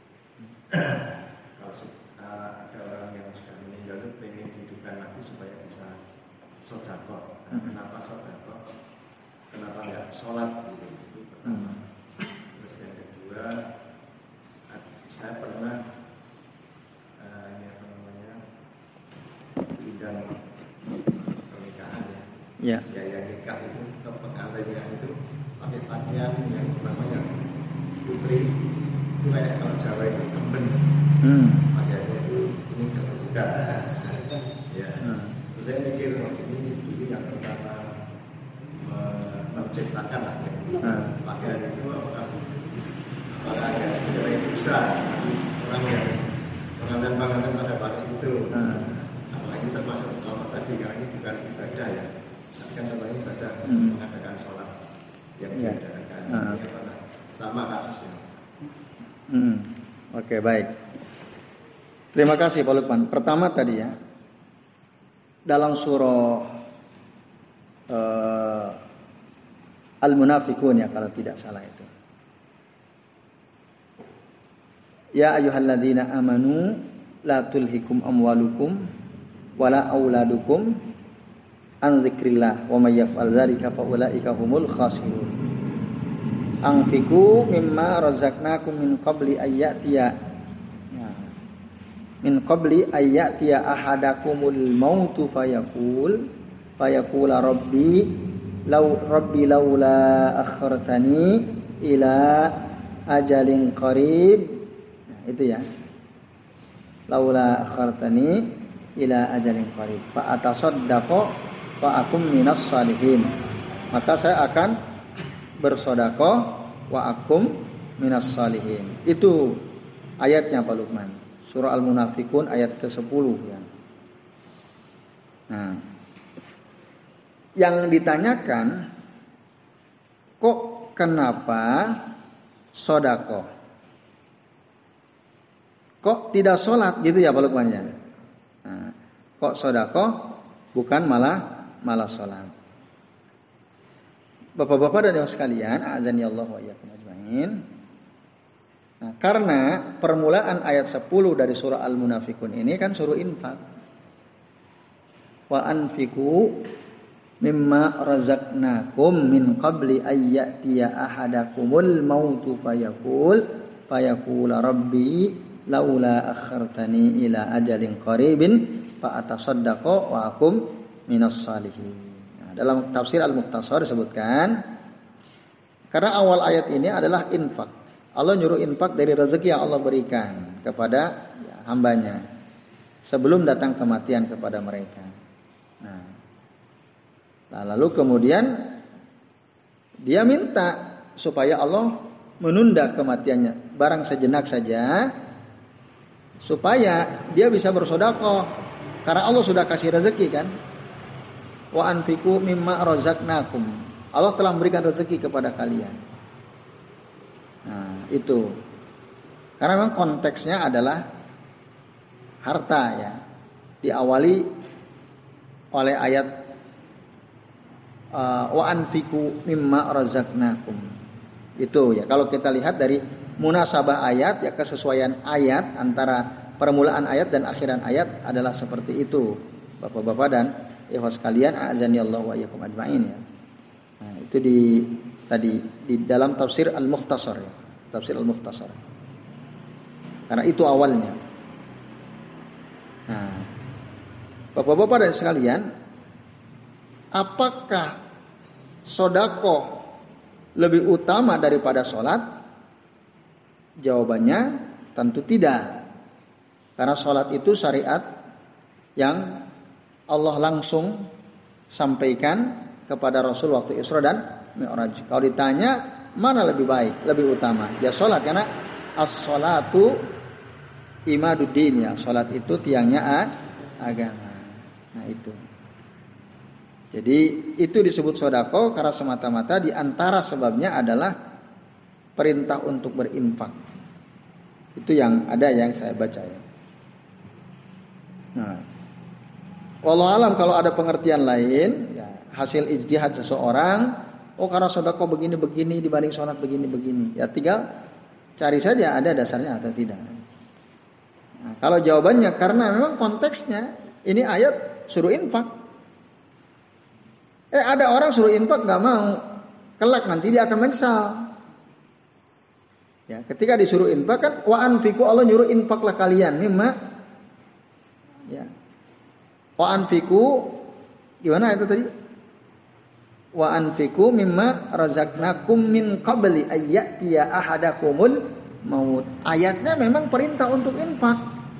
Ada orang yang sudah meninggal itu pengen dihidupkan lagi supaya bisa sedekah. Nah, kenapa sedekah? Kenapa enggak sholat gitu? Itu pertama. Terus yang kedua, saya pernah uh, ini apa namanya bidang pernikahan ya. Ya. Ya yang nikah itu atau pengantinnya itu pakai pakaian yang namanya putri. Itu kayak kalau Jawa itu kemben. Hmm. Pakaiannya itu ini terbuka. Ya. Hmm. Terus saya mikir oh, ini ini yang pertama menciptakan lah. Hmm. Pakaian itu apakah apakah ada nilai besar orang yang pengantin-pengantin pada pakai itu. Hmm. Apalagi termasuk contoh tadi karena ini bukan ibadah ya. Tapi kan contohnya ibadah hmm. mengadakan sholat yang ya. diadakan. Hmm. Ini apa? Sama kasusnya. Hmm. Oke, okay, baik. Terima kasih Pak Lukman. Pertama tadi ya, dalam surah uh, Al-Munafiqun ya kalau tidak salah itu. Ya ayyuhalladzina amanu la tulhikum amwalukum wala auladukum an dzikrillah wa may yaf'al dzalika fa ulaika humul khasirun. Anfiqu mimma razaqnakum min qabli ayyatiya min qabli ayyatiya ahadakumul mautu fayaqul fayaqula rabbi law rabbi laula akhartani ila ajalin qarib. Nah, itu ya. Laula akhartani ila ajalin qarib fa atasaddaqu fa akum minas salihin. Maka saya akan bersedekah wa akum minas salihin. Itu ayatnya Pak Lukman. Surah Al-Munafiqun ayat ke sepuluh ya. Nah, yang ditanyakan, kok kenapa sedekah? Kok tidak sholat gitu ya Pak Lukman ya? Nah, kok sedekah bukan malah malah sholat? Bapak-bapak dan ibu sekalian, a'azani Allah wa iyyakum ajmain. Nah, karena permulaan ayat sepuluh dari surah Al-Munafiqun ini kan suruh infak. Wa anfiqu mimma razaqnakum min qabli ayyatiya ahadakumul mautu fayaqul fayaqula rabbi laula akhartani ila ajalin qaribin fa atasaddaqu wa akum minas salihin. Nah, dalam tafsir Al-Mukhtasar disebutkan karena awal ayat ini adalah infak. Allah nyuruh infak dari rezeki yang Allah berikan kepada ya, hambanya sebelum datang kematian kepada mereka. Nah, Nah, lalu kemudian dia minta supaya Allah menunda kematiannya barang sejenak saja, supaya dia bisa bersedekah karena Allah sudah kasih rezeki kan. Wa anfiqu mimma razaqnakum. Allah telah memberikan rezeki kepada kalian. Nah, itu. Karena memang konteksnya adalah harta ya. Diawali oleh ayat uh, wa anfiqu mimma razaqnakum. Itu ya. Kalau kita lihat dari munasabah ayat ya, kesesuaian ayat antara permulaan ayat dan akhiran ayat adalah seperti itu. Bapak-bapak dan ikhwas sekalian, a'azanillahu wa iyyakum ajmain ya. Nah, itu di tadi di dalam tafsir Al-Mukhtasar ya. Tafsir Al-Mukhtasar. Karena itu awalnya. Nah, bapak-bapak dan sekalian, apakah sedekah lebih utama daripada sholat? Jawabannya tentu tidak. Karena sholat itu syariat yang Allah langsung sampaikan kepada Rasul waktu Isra dan Mi'raj. Kalau ditanya mana lebih baik, lebih utama, ya sholat. Karena as-sholatu imaduddin ya. Sholat itu tiangnya agama. Nah itu. Jadi itu disebut sedekah karena semata-mata di antara sebabnya adalah perintah untuk berinfak. Itu yang ada yang saya baca ya. Nah, wallahu alam kalau ada pengertian lain, ya, hasil ijtihad seseorang, oh karena sedekah begini-begini dibanding sholat begini-begini, ya tinggal cari saja ada dasarnya atau tidak. Nah, kalau jawabannya karena memang konteksnya ini ayat suruh infak. Eh ada orang suruh infak nggak mau, kelak nanti dia akan menyesal. Ya, ketika disuruh infak kan wa anfiqu, Allah nyuruh infaklah kalian mimma. Ya. Wa anfiqu gimana itu tadi? Wa anfiqu mimma razaqnakum min qabli ayyatiya ahadakumul maut. Ayatnya memang perintah untuk infak.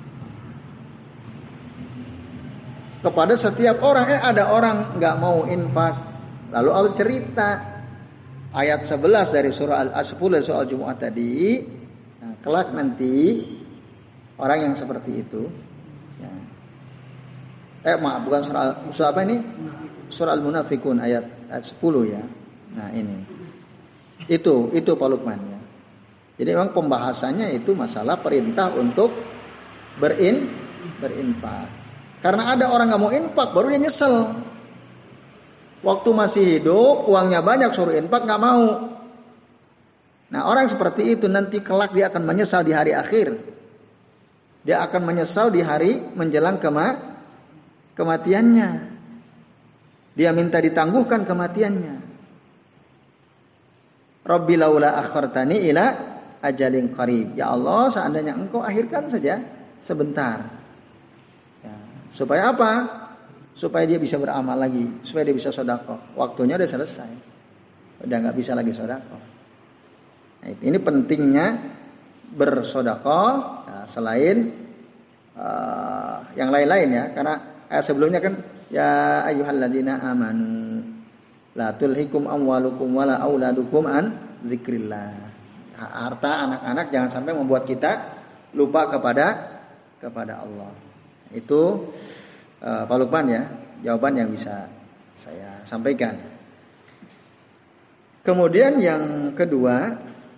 Kepada setiap orang, eh ada orang nggak mau infak. Lalu Allah cerita ayat sebelas dari surah Al-sepuluh dari surah Al-Jumu'ah tadi. Nah, kelak nanti orang yang seperti itu. Ya. Eh maaf bukan surah, surah apa ini? Surah Al-Munafikun ayat, ayat sepuluh ya. Nah ini. Itu itu Pak Lukman ya. Jadi memang pembahasannya itu masalah perintah untuk berin berinfak. Karena ada orang nggak mau infak, baru dia nyesel. Waktu masih hidup, uangnya banyak, suruh infak nggak mau. Nah orang seperti itu nanti kelak dia akan menyesal di hari akhir. Dia akan menyesal di hari menjelang kema kematiannya. Dia minta ditangguhkan kematiannya. Rabbi laula akhartani ila ajalin qarib. Ya Allah, seandainya engkau akhirkan saja sebentar. Supaya apa? Supaya dia bisa beramal lagi, supaya dia bisa sedekah. Waktunya udah selesai, udah nggak bisa lagi sedekah. Nah, ini pentingnya bersedekah nah, selain uh, yang lain-lain ya. Karena ayat sebelumnya kan ya ayyuhalladzina amanu la tulhikum amwalukum wala auladukum an dzikrillah. Harta anak-anak jangan sampai membuat kita lupa kepada kepada Allah. Itu uh, Pak Lukman ya, jawaban yang bisa saya sampaikan. Kemudian yang kedua,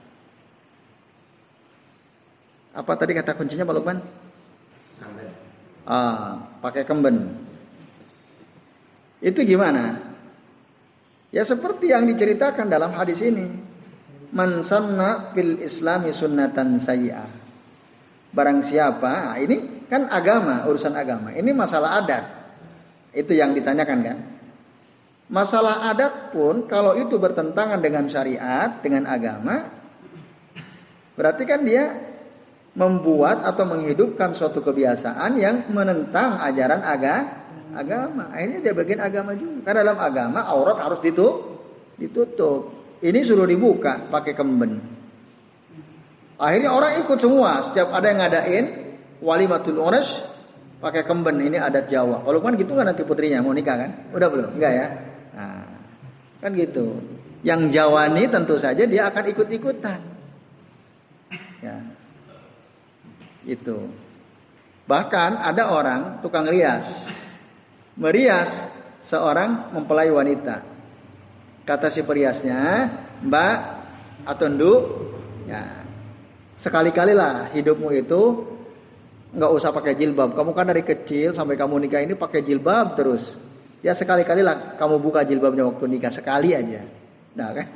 apa tadi kata kuncinya Pak Lukman? Kemben. Ah, pakai kemben. Itu gimana? Ya seperti yang diceritakan dalam hadis ini. Man sanna fil islami sunnatan sayyi'ah. Barang siapa, nah ini kan agama, urusan agama. Ini masalah adat. Itu yang ditanyakan kan. Masalah adat pun kalau itu bertentangan dengan syariat, dengan agama, berarti kan dia membuat atau menghidupkan suatu kebiasaan yang menentang ajaran aga, agama. Akhirnya dia bagian agama juga. Karena dalam agama aurat harus ditutup. ditutup. Ini suruh dibuka pakai kemben. Akhirnya orang ikut semua. Setiap ada yang ngadain walimatul urash pakai kemben. Ini adat Jawa. Kalau kan gitu kan nanti putrinya mau nikah kan? Udah belum? Enggak ya? Nah, Kan gitu. Yang jawani tentu saja dia akan ikut-ikutan. Ya. Itu. Bahkan ada orang tukang rias. Merias seorang mempelai wanita. Kata si periasnya, "Mbak atau Nduk, ya, sekali-kalilah hidupmu itu nggak usah pakai jilbab. Kamu kan dari kecil sampai kamu nikah ini pakai jilbab terus. Ya sekali-kalilah kamu buka jilbabnya waktu nikah, sekali aja." Nah kan?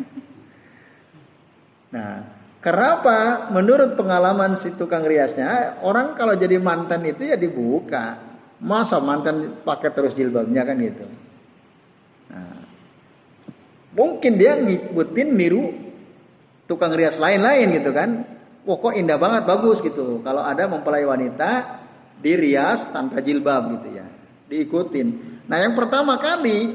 Nah, kenapa? Menurut pengalaman si tukang riasnya, orang kalau jadi mantan itu ya dibuka. Masa mantan pakai terus jilbabnya kan gitu. Nah, mungkin dia ngikutin niru tukang rias lain-lain gitu kan. Wah kok indah banget, bagus gitu. Kalau ada mempelai wanita dirias tanpa jilbab gitu ya. Diikutin. Nah yang pertama kali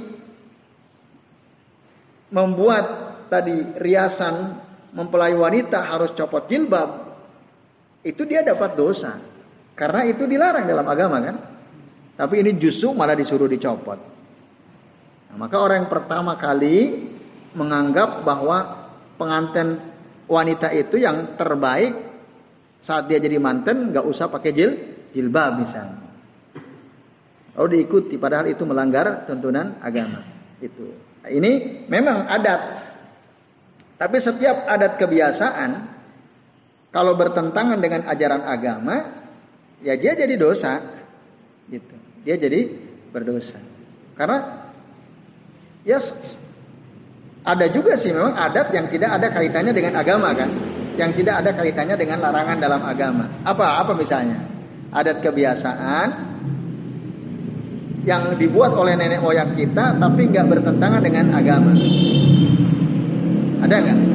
membuat tadi riasan mempelai wanita harus copot jilbab, itu dia dapat dosa. Karena itu dilarang dalam agama kan. Tapi ini justru malah disuruh dicopot. Nah, maka orang yang pertama kali menganggap bahwa pengantin wanita itu yang terbaik saat dia jadi manten gak usah pakai jil, jilbab misalnya. Lalu diikuti padahal itu melanggar tuntunan agama. Itu. Nah, ini memang adat. Tapi setiap adat kebiasaan kalau bertentangan dengan ajaran agama, ya dia jadi dosa. Gitu. Dia jadi berdosa. Karena ya ada juga sih memang adat yang tidak ada kaitannya dengan agama kan, yang tidak ada kaitannya dengan larangan dalam agama. Apa? Apa misalnya? Adat kebiasaan yang dibuat oleh nenek moyang kita tapi nggak bertentangan dengan agama. Ada nggak?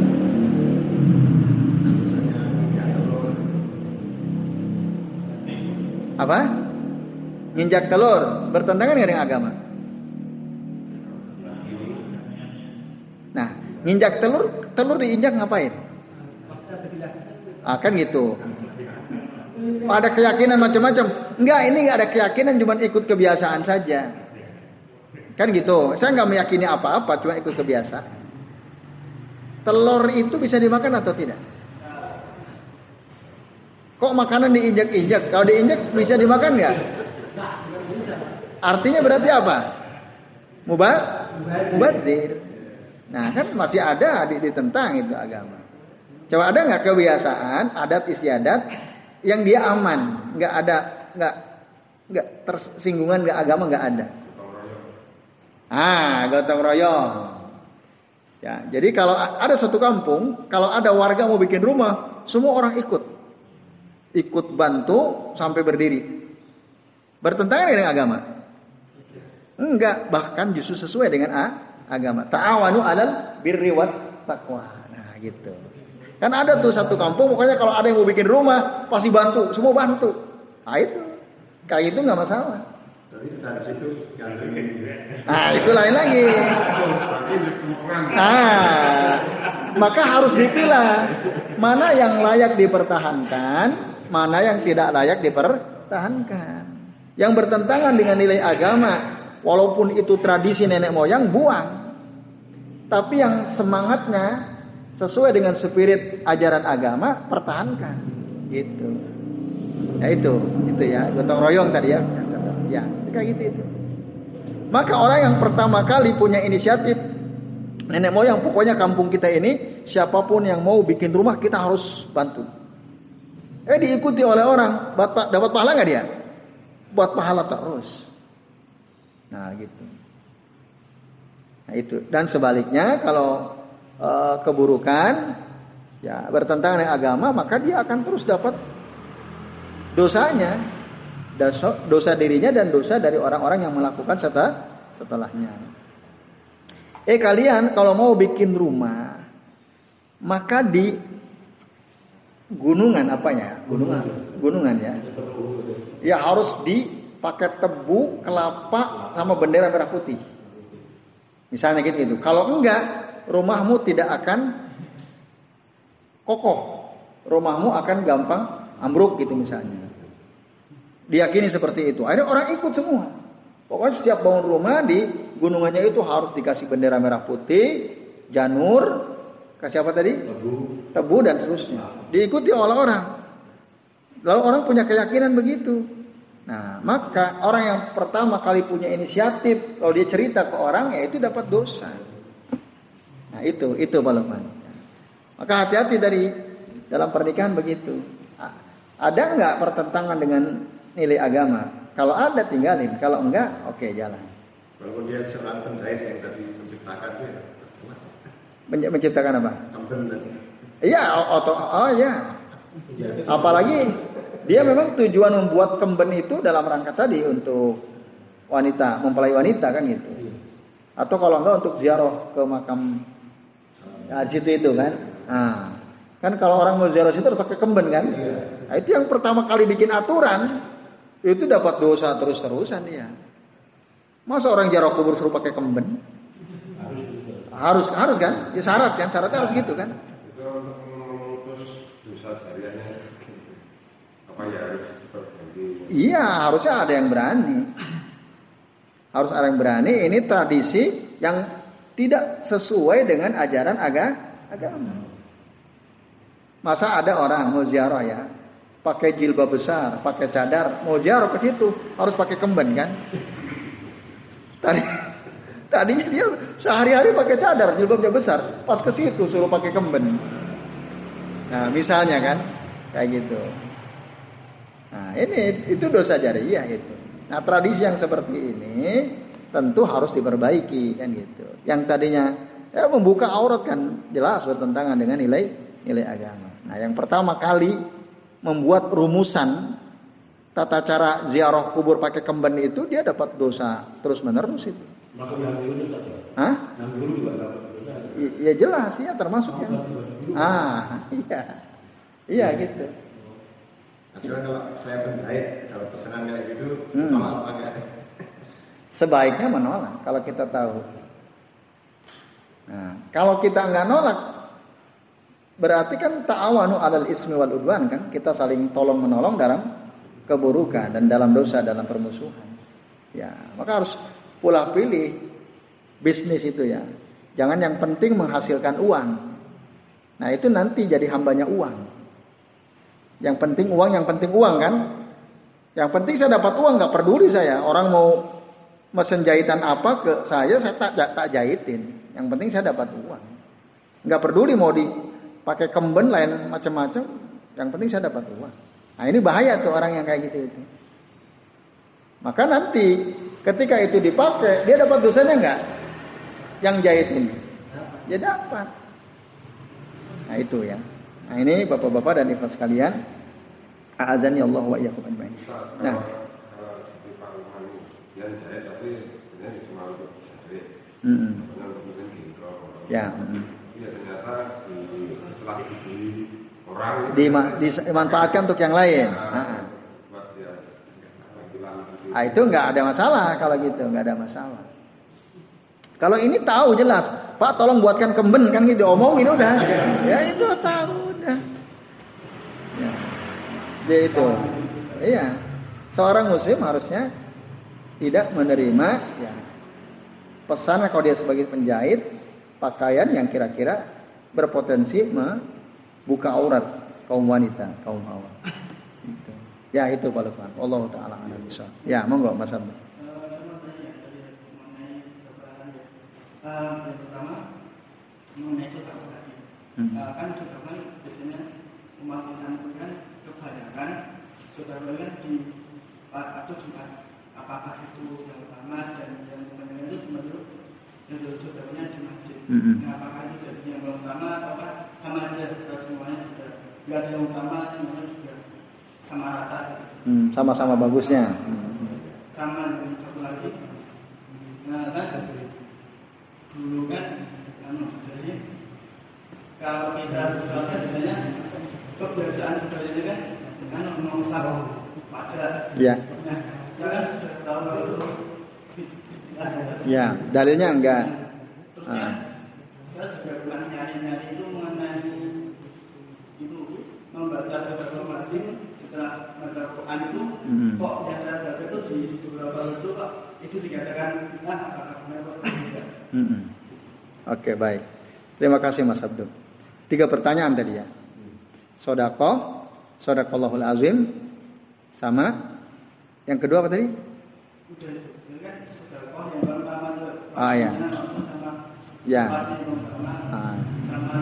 Apa? Nginjak telur bertentangan nggak dengan agama? Nah, nginjak telur, telur diinjak ngapain? Ah, kan gitu. Ada keyakinan macam-macam. Enggak, ini enggak ada keyakinan, cuma ikut kebiasaan saja. Kan gitu. Saya enggak meyakini apa-apa, cuma ikut kebiasaan. Telur itu bisa dimakan atau tidak? Kok makanan diinjak-injak? Kalau diinjak bisa dimakan enggak? Artinya berarti apa? Mubah? Mubadir. Nah, kan masih ada ditentang itu agama. Coba ada enggak kebiasaan, adat istiadat yang dia aman, nggak ada, nggak nggak tersinggungan, nggak agama, nggak ada. Ah, gotong royong. Ya, jadi kalau ada satu kampung, kalau ada warga mau bikin rumah, semua orang ikut, ikut bantu sampai berdiri. Bertentangan dengan agama? Enggak, bahkan justru sesuai dengan ah, agama. Ta'awanu 'alal birri wat taqwa. Nah, gitu. Kan ada tuh satu kampung, pokoknya kalau ada yang mau bikin rumah, pasti bantu, semua bantu. Nah itu, kayak itu nggak masalah. Nah itu lain lagi. Nah, maka harus dipilah mana yang layak dipertahankan, mana yang tidak layak dipertahankan. Yang bertentangan dengan nilai agama, walaupun itu tradisi nenek moyang, buang. Tapi yang semangatnya sesuai dengan spirit ajaran agama, pertahankan. Gitu. Ya itu, itu ya, gotong royong tadi ya. Ya, kayak gitu itu. Maka orang yang pertama kali punya inisiatif, nenek moyang, pokoknya kampung kita ini siapapun yang mau bikin rumah kita harus bantu. Eh diikuti oleh orang, dapat dapat pahala nggak dia? Buat pahala terus. Nah gitu. Nah itu. Dan sebaliknya kalau Uh, keburukan ya bertentangan dengan agama, maka dia akan terus dapat dosanya, dosa, dosa dirinya dan dosa dari orang-orang yang melakukan setelah setelahnya. Eh kalian kalau mau bikin rumah, maka di gunungan apanya? Gunungan, gunungan ya. Ya harus dipakai tebu, kelapa sama bendera merah putih. Misalnya gitu gitu. Kalau enggak, rumahmu tidak akan kokoh. Rumahmu akan gampang ambruk gitu misalnya. Diyakini seperti itu. Akhirnya orang ikut semua. Pokoknya setiap bangun rumah di gunungannya itu harus dikasih bendera merah putih, janur, kasih apa tadi? Tebu, tebu dan seterusnya. Diikuti oleh orang. Lalu orang punya keyakinan begitu. Nah, maka orang yang pertama kali punya inisiatif, kalau dia cerita ke orang, ya itu dapat dosa. Nah, itu, itu Pak Lukman. Maka hati-hati dari dalam pernikahan begitu. Ada enggak pertentangan dengan nilai agama? Kalau ada tinggalin, kalau enggak, oke okay, jalan. Walaupun dia seorang penjahit yang tadi menciptakan itu ya. Men- menciptakan apa? Kamben tadi. Iya, oh, oh ya. Apalagi dia memang tujuan membuat kemben itu dalam rangka tadi untuk wanita, mempelai wanita kan gitu. Atau kalau enggak untuk ziarah ke makam ya, di situ itu kan. Nah, kan kalau orang mau ziarah situ harus pakai kemben kan. Nah, itu yang pertama kali bikin aturan itu dapat dosa terus-terusan dia. Masa orang ziarah kubur suruh pakai kemben? Harus harus kan? Ya syarat kan, syaratnya harus gitu kan. Itu untuk memutus dosa jariahnya. Apa ya harus berganti? Iya, harusnya ada yang berani. Harus ada yang berani. Ini tradisi yang tidak sesuai dengan ajaran agama. Masa ada orang mau ziarah ya, pakai jilbab besar, pakai cadar, mau ziarah ke situ harus pakai kemben kan? Tadi tadinya dia sehari-hari pakai cadar, jilbabnya besar, pas ke situ suruh pakai kemben. Nah, misalnya kan kayak gitu. Nah, ini itu dosa jariah itu. Nah, tradisi yang seperti ini tentu harus diperbaiki kan gitu. Yang tadinya ya membuka aurat kan jelas bertentangan dengan nilai nilai agama. Nah, yang pertama kali membuat rumusan tata cara ziarah kubur pakai kemben itu dia dapat dosa terus menerus itu. Hah? Ya jelas ya termasuk ya. Ah, iya. Iya gitu. Nah, kalau saya penjahit kalau pesanan kayak gitu hmm. tolak apa enggak? Sebaiknya menolak kalau kita tahu. Nah, kalau kita enggak nolak berarti kan ta'awanu 'alal ismi wal udwan kan, kita saling tolong menolong dalam keburukan dan dalam dosa, dalam permusuhan. Ya, maka harus pula pilih bisnis itu ya. Jangan yang penting menghasilkan uang. Nah, itu nanti jadi hambanya uang. Yang penting uang, yang penting uang kan. Yang penting saya dapat uang, enggak peduli saya. Orang mau mesen jahitan apa ke saya, saya tak tak jahitin. Yang penting saya dapat uang. Enggak peduli mau di pakai kemben lain macam-macam, yang penting saya dapat uang. Nah, ini bahaya tuh orang yang kayak gitu itu. Maka nanti ketika itu dipakai, dia dapat dosanya enggak? Yang jahit ini. Ya dapat. Nah, itu ya. Nah, ini Bapak-bapak dan ibu sekalian, a'azani Allah wa iyyakum ajmain. Nah, kalau seperti Pak Umar ini, dia jahit tapi sebenarnya cuma untuk jahit. Heeh. Ya, mm-hmm. Ya ternyata di, setelah dibeli orang Dima, dimanfaatkan untuk yang lain. Nah, nah, itu nggak ada masalah kalau gitu, nggak ada masalah. Kalau ini tahu jelas, Pak tolong buatkan kemben kan gitu diomongin udah, ya itu tahu udah. Ya, dia itu, iya. Seorang muslim harusnya tidak menerima ya, pesanan kalau dia sebagai penjahit pakaian yang kira-kira berpotensi membuka aurat kaum wanita, kaum hawa. Gitu. Ya itu Pak Lukman. Wallahu taala a'lam bishawab. Ya, monggo Mas Abdul. Yang pertama mengenai sodako tadi, hmm. uh, kan sodako kan biasanya umat Islam itu kan kebanyakan sodako kan di atau Jumat, apakah itu yang utama dan yang kebanyakan itu cuma itu yang sodakonya di masjid. Hmm. Nah, apakah itu jadi yang utama atau apa sama aja semuanya sudah nggak ada yang utama, semuanya sudah sama rata. Hmm, sama-sama bagusnya. Hmm. Sama dengan satu lagi. Nah, kan dulu kan, anu, jadi kalau kita sholatnya biasanya kebiasaan budayanya kan, kan mau sapu wajah. Ya. Nah, jangan sudah tahu itu. Ya, dalilnya enggak. Terusnya, ah. saya juga pernah nyari-nyari itu mengenai itu membaca surah Al-Mati Azim setelah baca Quran itu hmm. kok yang saya baca itu di beberapa itu kok itu dikatakan nah apakah benar atau tidak? Hmm. Oke okay, baik. Terima kasih Mas Abdul. Tiga pertanyaan tadi ya. Sodako, sodaqallahul azim, sama yang kedua apa tadi? Udah itu, ini kan sodako yang pertama itu. Ah ya. Sama ya. Ah. Sama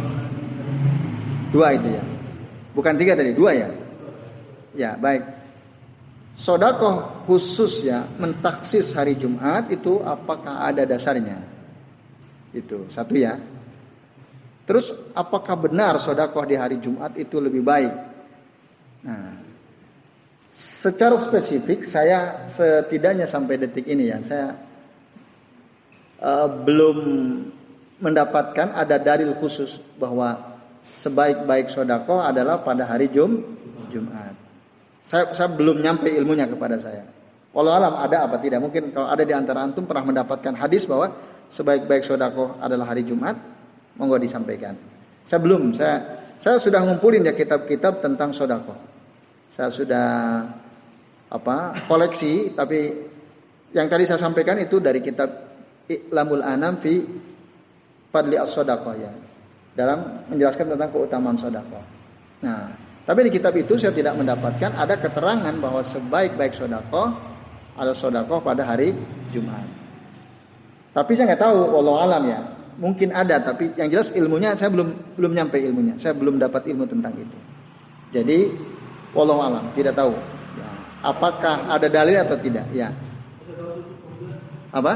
dua itu ya. Bukan tiga tadi, dua ya. Ya baik. Sodako khusus ya mentaksis hari Jumat itu apakah ada dasarnya? Itu satu ya. Terus apakah benar sodakoh di hari Jumat itu lebih baik? Nah, secara spesifik saya setidaknya sampai detik ini ya saya uh, belum mendapatkan ada dalil khusus bahwa sebaik-baik sodakoh adalah pada hari Jum Jumat. Saya, saya belum nyampe ilmunya kepada saya. Walau alam ada apa tidak? Mungkin kalau ada di antara antum pernah mendapatkan hadis bahwa sebaik-baik sodakoh adalah hari Jumat, monggo disampaikan. Saya belum, saya saya sudah ngumpulin ya kitab-kitab tentang sodakoh. Saya sudah apa koleksi, tapi yang tadi saya sampaikan itu dari kitab I'lamul Anam fi Fadli as-Sodakoh ya, dalam menjelaskan tentang keutamaan sodakoh. Nah, tapi di kitab itu saya tidak mendapatkan ada keterangan bahwa sebaik-baik sodakoh adalah sodakoh pada hari Jumat. Tapi saya nggak tahu, wallahu alam ya. Mungkin ada, tapi yang jelas ilmunya saya belum belum nyampe ilmunya. Saya belum dapat ilmu tentang itu. Jadi, wallahu alam, tidak tahu. Ya. Apakah ada dalil atau tidak? Ya. Apa?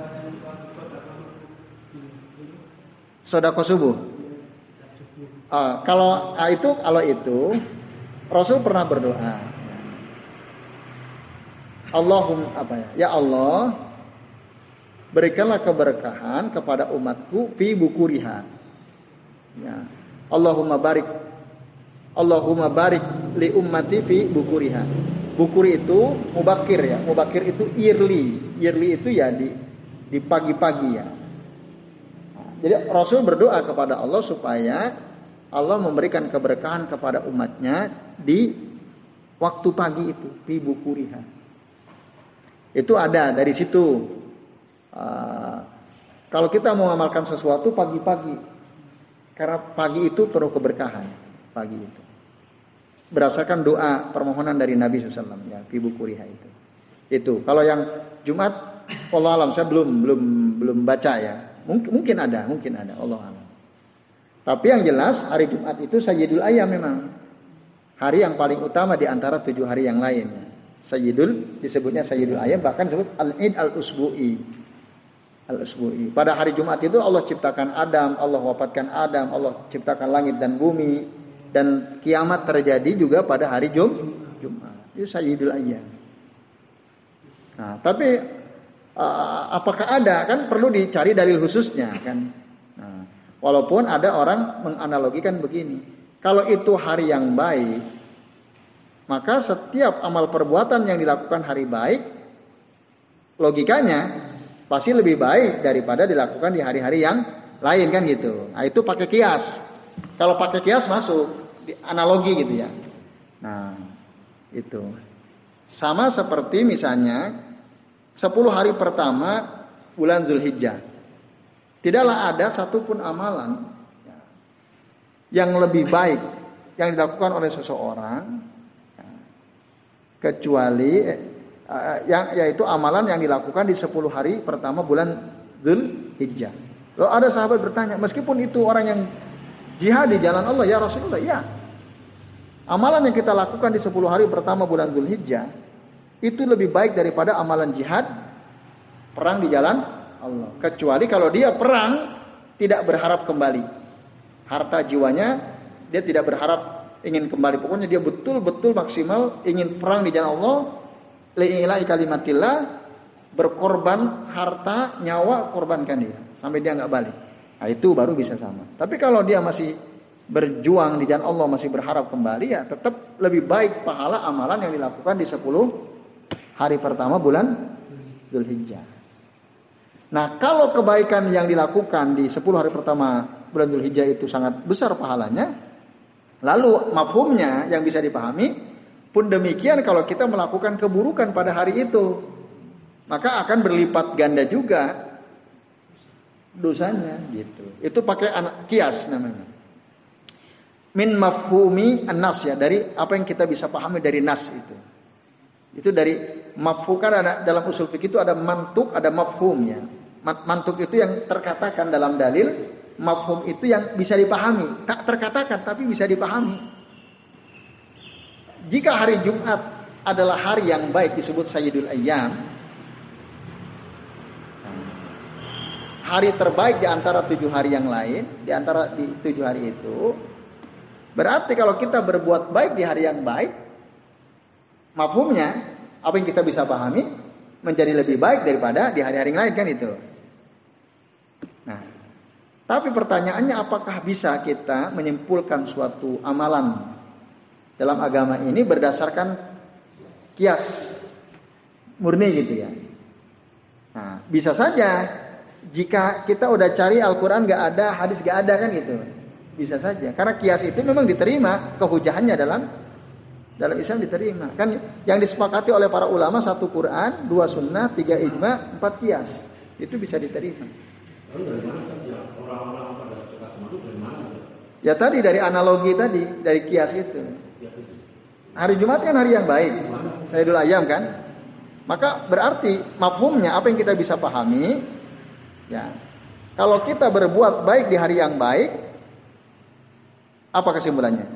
Sedekah subuh. Uh, kalau uh, itu kalau itu Rasul pernah berdoa. Allahumma apa ya? Ya Allah, berikanlah keberkahan kepada umatku fi bukuriha. Ya. Allahumma barik Allahumma barik li ummati fi bukuriha. Bukuri itu mubakir ya. Mubakir itu yearly. Yearly itu ya di di pagi-pagi ya. Jadi Rasul berdoa kepada Allah supaya Allah memberikan keberkahan kepada umatnya di waktu pagi itu, fi bukuriha. Itu ada dari situ. Uh, kalau kita mau mengamalkan sesuatu pagi-pagi, karena pagi itu penuh keberkahan, pagi itu. Berdasarkan doa permohonan dari Nabi shallallahu alaihi wasallam ya, fi bukuriha itu. Itu. Kalau yang Jumat, Allah alam saya belum belum belum baca ya. Mungkin mungkin ada, mungkin ada, Allah alam. Tapi yang jelas hari Jumat itu Sayyidul Ayyam memang. Hari yang paling utama di antara tujuh hari yang lain. Sayyidul disebutnya Sayyidul Ayyam, bahkan disebut Al-Id Al-Usbu'i. Al-Usbu'i. Pada hari Jumat itu Allah ciptakan Adam, Allah wafatkan Adam, Allah ciptakan langit dan bumi, dan kiamat terjadi juga pada hari Jum Jumat. Itu Sayyidul Ayyam. Nah, tapi uh, apakah ada? Kan perlu dicari dalil khususnya kan. Nah, walaupun ada orang menganalogikan begini, kalau itu hari yang baik, maka setiap amal perbuatan yang dilakukan hari baik, logikanya pasti lebih baik daripada dilakukan di hari-hari yang lain kan gitu. Nah itu pakai kias. Kalau pakai kias masuk di analogi gitu ya. Nah itu sama seperti misalnya sepuluh hari pertama bulan Zulhijjah. Tidaklah ada satupun amalan yang lebih baik yang dilakukan oleh seseorang kecuali uh, yang yaitu amalan yang dilakukan di sepuluh hari pertama bulan Dzulhijjah. Lalu ada sahabat bertanya, meskipun itu orang yang jihad di jalan Allah, ya Rasulullah, ya. Amalan yang kita lakukan di sepuluh hari pertama bulan Dzulhijjah itu lebih baik daripada amalan jihad perang di jalan Allah. Kecuali kalau dia perang tidak berharap kembali. Harta jiwanya dia tidak berharap ingin kembali. Pokoknya dia betul-betul maksimal ingin perang di jalan Allah, li'ila'i kalimatillah, berkorban harta, nyawa, korbankan dia sampai dia enggak balik. Nah, itu baru bisa sama. Tapi kalau dia masih berjuang di jalan Allah, masih berharap kembali, ya tetap lebih baik pahala amalan yang dilakukan di sepuluh hari pertama bulan Dzulhijjah. Nah, kalau kebaikan yang dilakukan di sepuluh hari pertama bulan Dzulhijjah itu sangat besar pahalanya, Lalu mafhumnya yang bisa dipahami pun demikian kalau kita melakukan keburukan pada hari itu, maka akan berlipat ganda juga dosanya gitu. Itu pakai kias namanya. Min mafhumi an-nas ya, dari apa yang kita bisa pahami dari nas itu. Itu dari mafhum, kan ada dalam usul fikih itu ada mantuk, ada mafhumnya. Mantuk itu yang terkatakan dalam dalil, mafhum itu yang bisa dipahami, tak terkatakan tapi bisa dipahami. Jika hari Jumat adalah hari yang baik disebut Sayyidul Ayyam, hari terbaik di antara tujuh hari yang lain, di antara di tujuh hari itu, berarti kalau kita berbuat baik di hari yang baik, mafhumnya apa yang kita bisa pahami menjadi lebih baik daripada di hari-hari yang lain, kan itu. Nah, tapi pertanyaannya apakah bisa kita menyimpulkan suatu amalan dalam agama ini berdasarkan kias murni gitu ya? Nah, bisa saja jika kita udah cari Al-Quran gak ada, hadis gak ada, kan gitu. Bisa saja. Karena kias itu memang diterima, kehujahannya dalam dalam Islam diterima. Kan yang disepakati oleh para ulama satu Quran, dua sunnah, tiga ijma, empat kias. Itu bisa diterima. Ya tadi dari analogi tadi, dari kias itu. Hari Jumat kan hari yang baik, Sayyidul Ayyam kan. Maka berarti mafhumnya apa yang kita bisa pahami, ya. Kalau kita berbuat baik di hari yang baik, apa kesimpulannya?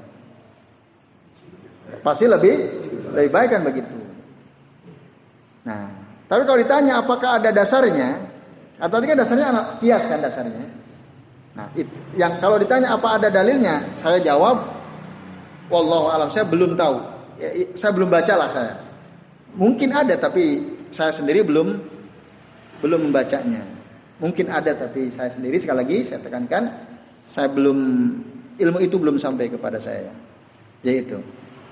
Pasti lebih lebih baik, kan begitu. Nah, tapi kalau ditanya apakah ada dasarnya? Atau tadi kan dasarnya kias kan dasarnya. Nah, itu. Yang kalau ditanya apa ada dalilnya, saya jawab, wallahu alam, saya belum tahu. Ya, saya belum baca lah saya. Mungkin ada tapi saya sendiri belum belum membacanya. Mungkin ada tapi saya sendiri, sekali lagi saya tekankan, saya belum, ilmu itu belum sampai kepada saya. Yaitu.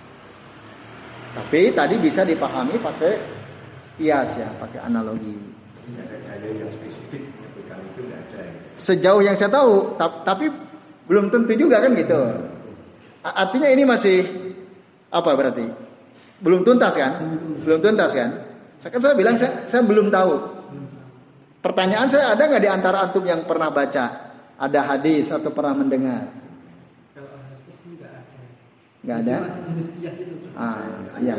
Tapi tadi bisa dipahami pakai kias ya, pakai analogi. Yang spesifik itu ada. Sejauh yang saya tahu, tapi belum tentu juga kan gitu. Artinya ini masih apa berarti? Belum tuntas kan? Belum tuntas kan? Saya kan saya bilang saya, saya belum tahu. Pertanyaan saya, ada nggak di antara antum yang pernah baca ada hadis atau pernah mendengar? Kalau hadis nggak ada. Nggak ada? Ah, iya.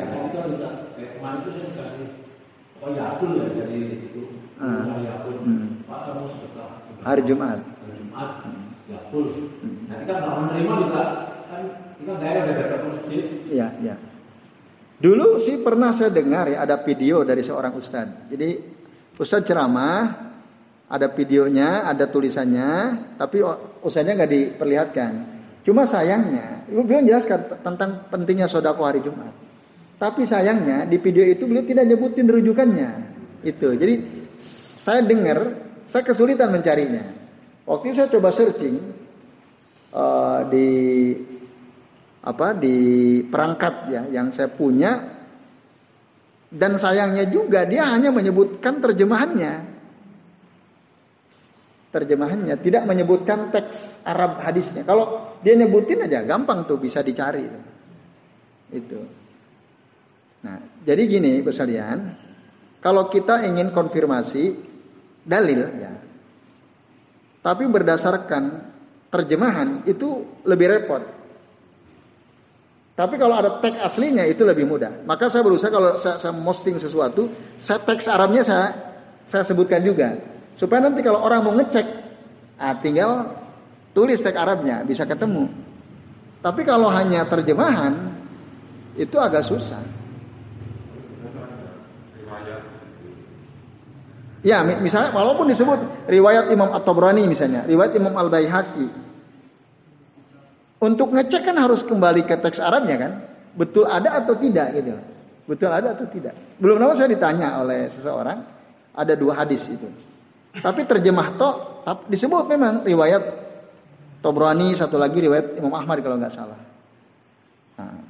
Oh ya, aku ya dari itu. Ah. Hmm. Hari Jumat. Hari Jumat. Ya, full. Nanti kan kalau menerima juga kan kita daerah daerah masjid. Iya, iya. Dulu sih pernah saya dengar ya, ada video dari seorang ustadz. Jadi ustadz ceramah, ada videonya, ada tulisannya, tapi ustadznya nggak diperlihatkan. Cuma sayangnya, beliau menjelaskan tentang pentingnya sedekah hari Jumat. Tapi sayangnya di video itu beliau tidak nyebutin rujukannya. Itu. Jadi saya dengar, saya kesulitan mencarinya. Waktu itu saya coba searching uh, di apa di perangkat ya yang saya punya, dan sayangnya juga dia hanya menyebutkan terjemahannya. Terjemahannya tidak menyebutkan teks Arab hadisnya. Kalau dia nyebutin aja gampang tuh bisa dicari. Itu. Nah, jadi gini Bapak sekalian, kalau kita ingin konfirmasi dalil ya, tapi berdasarkan terjemahan itu lebih repot. Tapi kalau ada teks aslinya itu lebih mudah. Maka saya berusaha kalau saya, saya posting sesuatu, saya teks Arabnya saya saya sebutkan juga, supaya nanti kalau orang mau ngecek, ah, tinggal tulis teks Arabnya bisa ketemu. Tapi kalau hanya terjemahan itu agak susah. Ya, misalnya walaupun disebut riwayat Imam At-Tabrani misalnya, riwayat Imam Al-Baihaqi. Untuk ngecek kan harus kembali ke teks Arabnya kan? Betul ada atau tidak gitu. Betul ada atau tidak. Belum lama saya ditanya oleh seseorang, ada dua hadis itu. Tapi terjemah toh disebut memang riwayat Tabrani, satu lagi riwayat Imam Ahmad kalau nggak salah. Nah,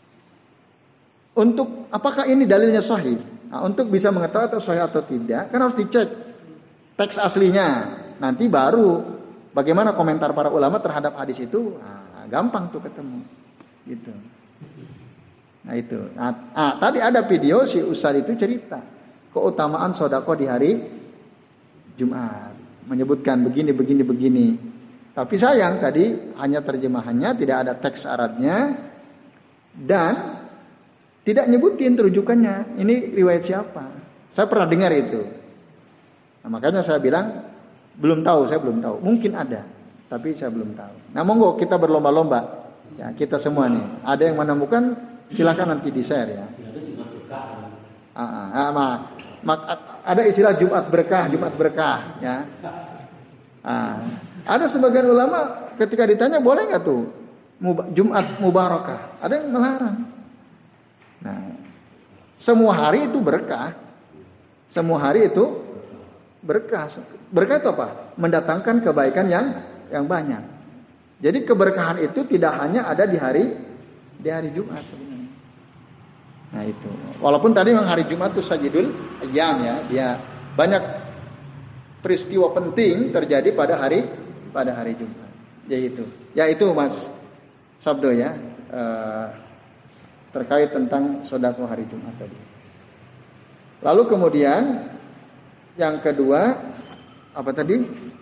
untuk apakah ini dalilnya sahih? Nah, untuk bisa mengetahui atau sahih atau tidak, kan harus dicek teks aslinya. Nanti baru bagaimana komentar para ulama terhadap hadis itu. Nah, Nah, gampang tuh ketemu. Gitu. Nah itu. Nah, ah, tadi ada video si Ustaz itu cerita keutamaan sedekah di hari Jumat. Menyebutkan begini, begini, begini. Tapi sayang tadi hanya terjemahannya, tidak ada teks Arabnya. Dan tidak nyebutin terujukannya. Ini riwayat siapa? Saya pernah dengar itu. Nah, makanya saya bilang, belum tahu, saya belum tahu. Mungkin ada, tapi saya belum tahu. Nah monggo kita berlomba-lomba. Ya, kita semua nih. Ada yang menemukan, silakan nanti di-share ya. Ah, ah, ah, mak, ada istilah Jumat berkah, Jumat berkah, ya. Ah, ada sebagian ulama ketika ditanya boleh nggak tuh Jumat mubarakah, ada yang melarang. Nah, semua hari itu berkah, semua hari itu berkah. Berkah itu apa? Mendatangkan kebaikan yang yang banyak. Jadi keberkahan itu tidak hanya ada di hari di hari Jumat sebenarnya. Nah itu, walaupun tadi memang hari Jumat itu sajidul ayyam ya, dia banyak peristiwa penting terjadi pada hari pada hari Jumat. Yaitu, yaitu Mas Sabdo ya, eh, terkait tentang sedekah hari Jumat tadi. Lalu kemudian yang kedua apa tadi?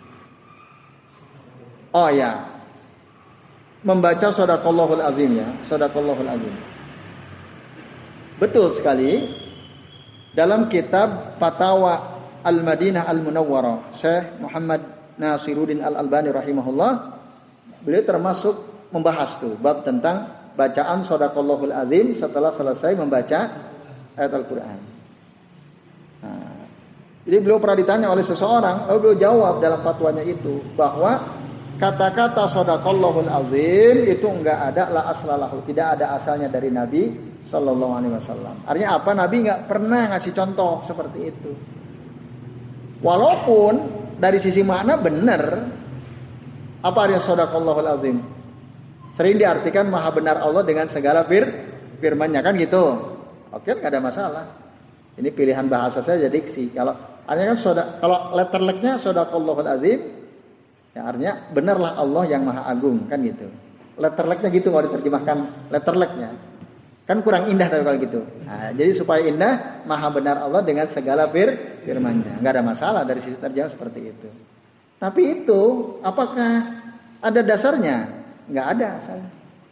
Oh ya, membaca Shadaqallahul Azim ya, Shadaqallahul Azim. Betul sekali. Dalam kitab Fatawa Al-Madinah Al-Munawwarah, Syekh Muhammad Nasiruddin Al-Albani rahimahullah, beliau termasuk membahas tuh bab tentang bacaan Shadaqallahul Azim setelah selesai membaca ayat Al-Qur'an. Nah, jadi beliau pernah ditanya oleh seseorang, lalu beliau jawab dalam fatwanya itu bahwa kata-kata Shadaqallahul Azim itu enggak ada la aslalahu, tidak ada asalnya dari Nabi Sallallahu Alaihi Wasallam. Artinya apa? Nabi nggak pernah ngasih contoh seperti itu. Walaupun dari sisi makna benar. Apa artinya Shadaqallahul Azim? Sering diartikan maha benar Allah dengan segala fir firman-Nya kan gitu. Oke, nggak ada masalah. Ini pilihan bahasa saya jadi diksi. Kalau artinya kan soda, kalau letterleknya Shadaqallahul Azim, ya artinya benarlah Allah yang maha agung kan gitu. Letterleknya gitu kalau diterjemahkan letterleknya. Kan kurang indah tapi kalau gitu. Nah, jadi supaya indah, maha benar Allah dengan segala fir firman-Nya. Enggak ada masalah dari sisi terjemah seperti itu. Tapi itu apakah ada dasarnya? Enggak ada asalnya.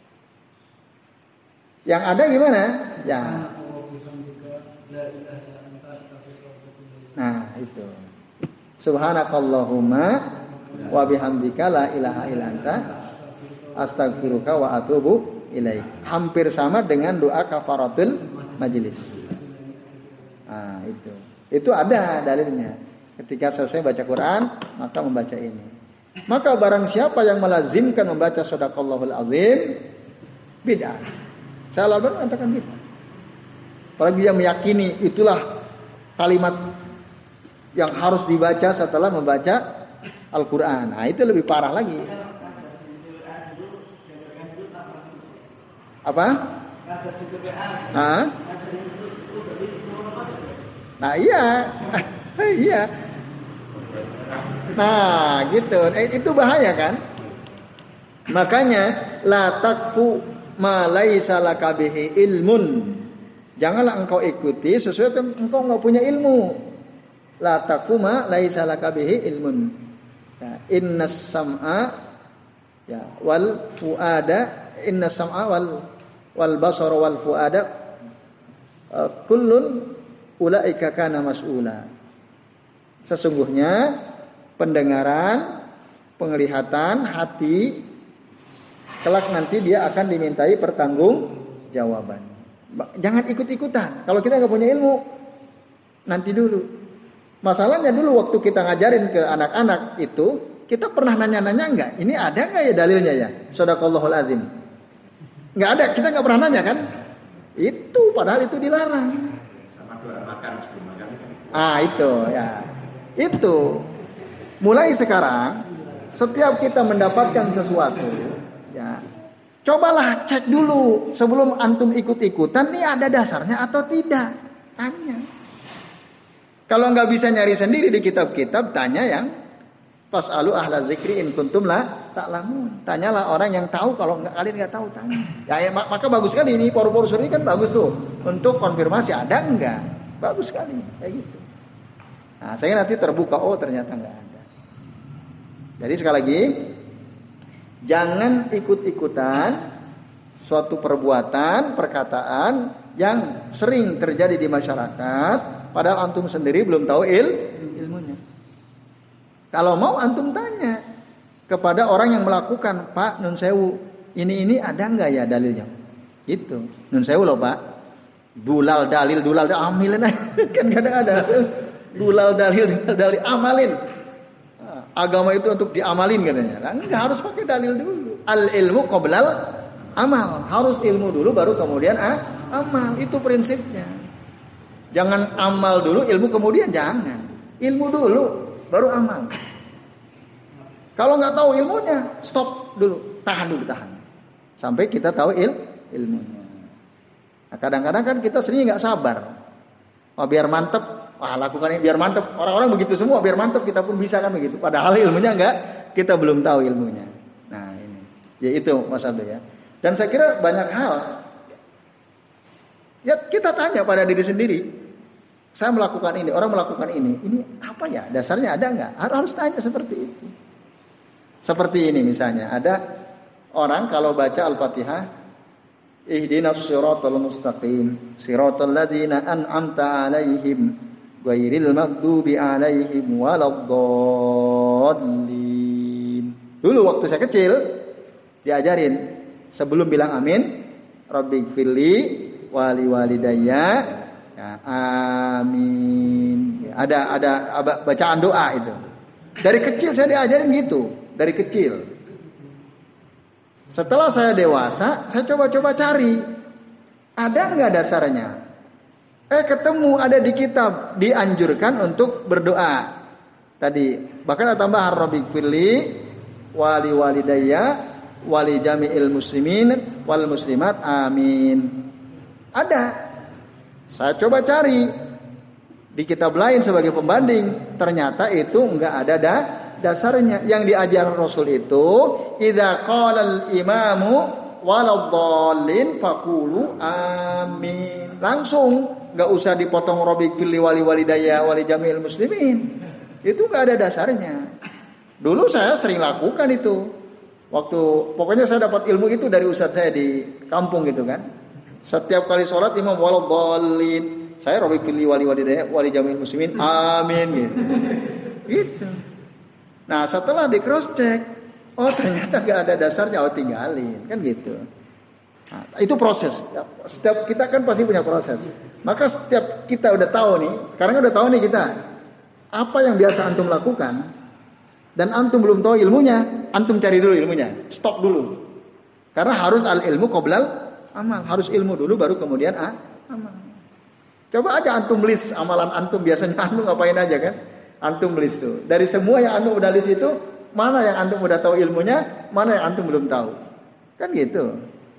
Yang ada gimana? Ya. Nah, itu. Subhanakallahumma wa bihamdika la ilaha illa anta astaghfiruka wa atubu ilaik. Hampir sama dengan doa kafaratul majelis. Nah, itu. Itu ada dalilnya. Ketika selesai baca Quran, maka membaca ini. Maka barang siapa yang melazimkan membaca Shadaqallahul Azim, bid'ah. Saya lalu mengatakan bid'ah. Apalagi dia meyakini itulah kalimat yang harus dibaca setelah membaca Al-Quran. Nah, itu lebih parah lagi. Apa? Hah? Nah iya, iya. Nah gitu, eh, itu bahaya kan? Makanya la takfu ma laisa laka bihi ilmun. Janganlah engkau ikuti sesuatu yang engkau enggak punya ilmu. La takfu ma laisa laka bihi ilmun. Ya, innas sam'a ya wal fuada inna sam'a wal wal basara wal fuada uh, kullun ulaika kana mas'ula. Sesungguhnya pendengaran, penglihatan, hati kelak nanti dia akan dimintai pertanggungjawaban. Jangan ikut-ikutan. Kalau kita enggak punya ilmu, nanti dulu. Masalahnya dulu waktu kita ngajarin ke anak-anak itu, kita pernah nanya-nanya enggak? Ini ada enggak ya dalilnya ya? Shadaqallahul Azim. Enggak ada, kita enggak pernah nanya kan? Itu padahal itu dilarang. Sama doa makan sebelum makan. Ah, itu ya. Itu mulai sekarang setiap kita mendapatkan sesuatu, ya. Cobalah cek dulu sebelum antum ikut-ikutan nih ada dasarnya atau tidak. Tanya. Kalau nggak bisa nyari sendiri di kitab-kitab, tanya yang Fasalu ahla dzikri in kuntum la ta'lamun. Tanyalah orang yang tahu, kalau enggak kalian enggak tahu tanya. Ya, maka bagus sekali ini poru-poru ini kan bagus tuh untuk konfirmasi ada enggak. Bagus sekali kayak gitu. Nah, saya nanti terbuka oh ternyata enggak ada. Jadi sekali lagi jangan ikut-ikutan suatu perbuatan, perkataan yang sering terjadi di masyarakat padahal antum sendiri belum tahu il ilmunya. Kalau mau antum tanya kepada orang yang melakukan, Pak Nun Sewu, ini ini ada enggak ya dalilnya? Itu Nun Sewu loh Pak. Dulal dalil dulal dalil amalin kan kadang ada. Dulal dalil dulal dalil amalin. Agama itu untuk diamalin katanya. Nah, enggak harus pakai dalil dulu. Al ilmu qoblal amal. Harus ilmu dulu baru kemudian ah, amal. Itu prinsipnya. Jangan amal dulu ilmu kemudian jangan. Ilmu dulu baru amal. Kalau nggak tahu ilmunya, stop dulu, tahan dulu, tahan. Sampai kita tahu il ilmunya. Nah, kadang-kadang kan kita sering nggak sabar. Oh, biar mantep, wah lakukan ini biar mantep. Orang-orang begitu semua, biar mantep kita pun bisa kan begitu. Padahal ilmunya nggak, kita belum tahu ilmunya. Nah ini, ya itu Mas Abdul ya. Dan saya kira banyak hal. Ya kita tanya pada diri sendiri. Saya melakukan ini, orang melakukan ini. Ini apa ya? Dasarnya ada nggak? Harus tanya seperti itu. Seperti ini misalnya. Ada orang kalau baca Al-Fatihah. Ihdinas siratal mustaqim. Siratal ladzina an'amta alaihim. Ghairil maghdubi alaihim waladdallin. Dulu waktu saya kecil. Diajarin. Sebelum bilang amin. Rabbighfirli wali walidayya. Ya, amin. Ada ada bacaan doa itu. Dari kecil saya diajarin gitu, dari kecil. Setelah saya dewasa, saya coba-coba cari. Ada enggak dasarnya? Eh ketemu ada di kitab dianjurkan untuk berdoa. Tadi bahkan ada tambahan Rabbighfirli wali walidayya wali jami'il muslimin wal muslimat amin. Ada. Saya coba cari di kitab lain sebagai pembanding, ternyata itu enggak ada da, dasarnya. Yang diajarkan Rasul itu, idza qala al-imamu waladdallin faqulu amin. Langsung, enggak usah dipotong Rabbighfirli wali walidayya wali jami'il muslimin. Itu enggak ada dasarnya. Dulu saya sering lakukan itu. Waktu pokoknya saya dapat ilmu itu dari ustaz saya di kampung gitu kan. Setiap kali sholat imam waladdallin, saya Rabbighfirli wali walidayya wali jami'il muslimin amin gitu. Gitu. Nah, setelah di cross check, oh ternyata gak ada dasarnya, oh tinggalin, kan gitu. Nah, itu proses. Setiap kita kan pasti punya proses. Maka setiap kita udah tahu nih, sekarang udah tahu nih kita apa yang biasa antum lakukan dan antum belum tahu ilmunya, antum cari dulu ilmunya. Stop dulu. Karena harus al ilmu qoblal amal, harus ilmu dulu baru kemudian ah, amal. Coba aja antum list amalan antum biasanya antum ngapain aja kan? Antum list tuh. Dari semua yang antum udah list itu, mana yang antum udah tahu ilmunya, mana yang antum belum tahu. Kan gitu.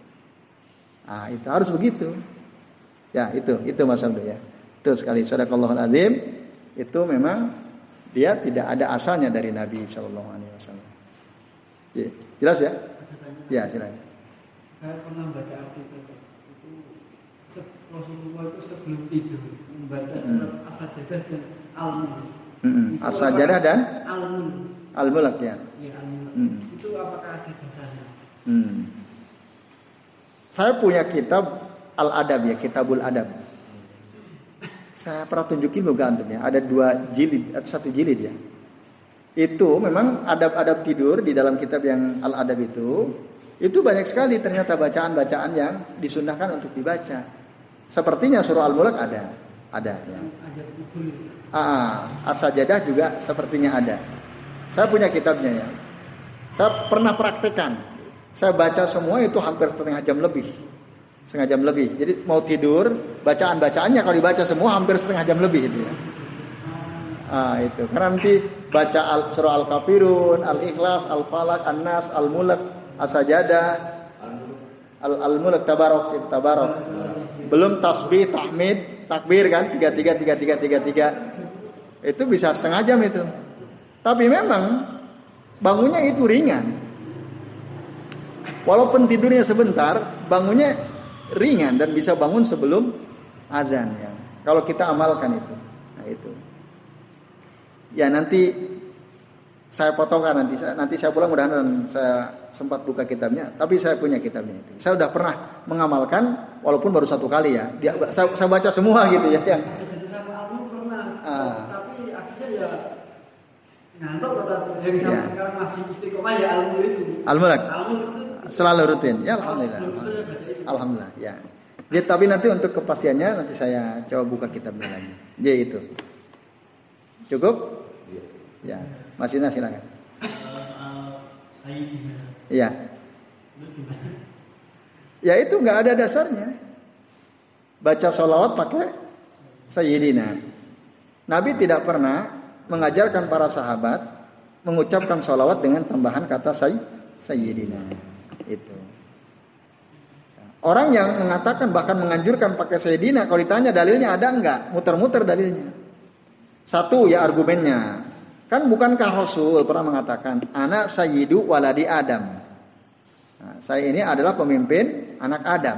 Ah, itu harus begitu. Ya, itu, itu Mas Abdul ya. Betul sekali. Shadaqallahul azim. Itu memang dia tidak ada asalnya dari Nabi sallallahu alaihi wasallam. Ya, jelas ya? Ya, silakan. Saya pernah baca artikel itu Rasulullah itu sebelum tidur membaca surat hmm. As-Sajdah dan Al-Mulk. Hmm. As-Sajdah dan Al-Mulk. Al-Mulk ya. Ya Al-Mulk. Hmm. Itu apakah ada dasarnya? Hmm. Saya punya kitab Al-Adab ya, Kitabul Adab. Saya pernah tunjukin juga antum ya. Ada dua jilid, satu jilid ya. Itu memang adab-adab tidur di dalam kitab yang Al-Adab itu. Itu banyak sekali ternyata bacaan-bacaan yang disunnahkan untuk dibaca. Sepertinya surah Al-Mulk ada, ada ya. Ah, As-Sajdah juga sepertinya ada. Saya punya kitabnya ya. Saya pernah praktekkan. Saya baca semua itu hampir setengah jam lebih. Setengah jam lebih. Jadi mau tidur, bacaan-bacaannya kalau dibaca semua hampir setengah jam lebih itu ya. Ah, itu. Karena nanti baca surah Al-Kafirun, Al-Ikhlas, Al-Falaq, An-Nas, Al-Mulk, As-Sajdah, Al-Mulk, Tabarok, Tabarok. Belum tasbih, tahmid, takbir kan, tiga tiga tiga tiga tiga tiga. Itu bisa setengah jam itu. Tapi memang bangunnya itu ringan. Walaupun tidurnya sebentar, bangunnya ringan dan bisa bangun sebelum azan ya. Kalau kita amalkan itu. Nah itu. Ya nanti saya potongkan nanti nanti saya pulang mudah-mudahan saya sempat buka kitabnya, tapi saya punya kitabnya itu. Saya sudah pernah mengamalkan walaupun baru satu kali ya. Dia, saya, saya baca semua gitu ya. Yang pernah, ah. tapi akhirnya ya ngantuk atau yang sampai ya. Sekarang masih istiqomah ya ilmu itu. Ilmu itu selalu rutin. Ya alhamdulillah. Alhamdulillah. Alhamdulillah ya. Jadi, tapi nanti untuk kepastiannya nanti saya coba buka kitabnya lagi. Jadi itu. Cukup? Ya. Mas Ina silakan. Iya. Ya itu nggak ada dasarnya. Baca sholawat pakai Sayyidina. Nabi tidak pernah mengajarkan para sahabat mengucapkan sholawat dengan tambahan kata say, Sayyidina. Itu. Orang yang mengatakan bahkan menganjurkan pakai Sayyidina, kalau ditanya dalilnya ada enggak? Muter-muter dalilnya. Satu ya argumennya. Kan bukankah Rasul pernah mengatakan anak sayyidu waladi Adam. Nah, saya ini adalah pemimpin anak Adam.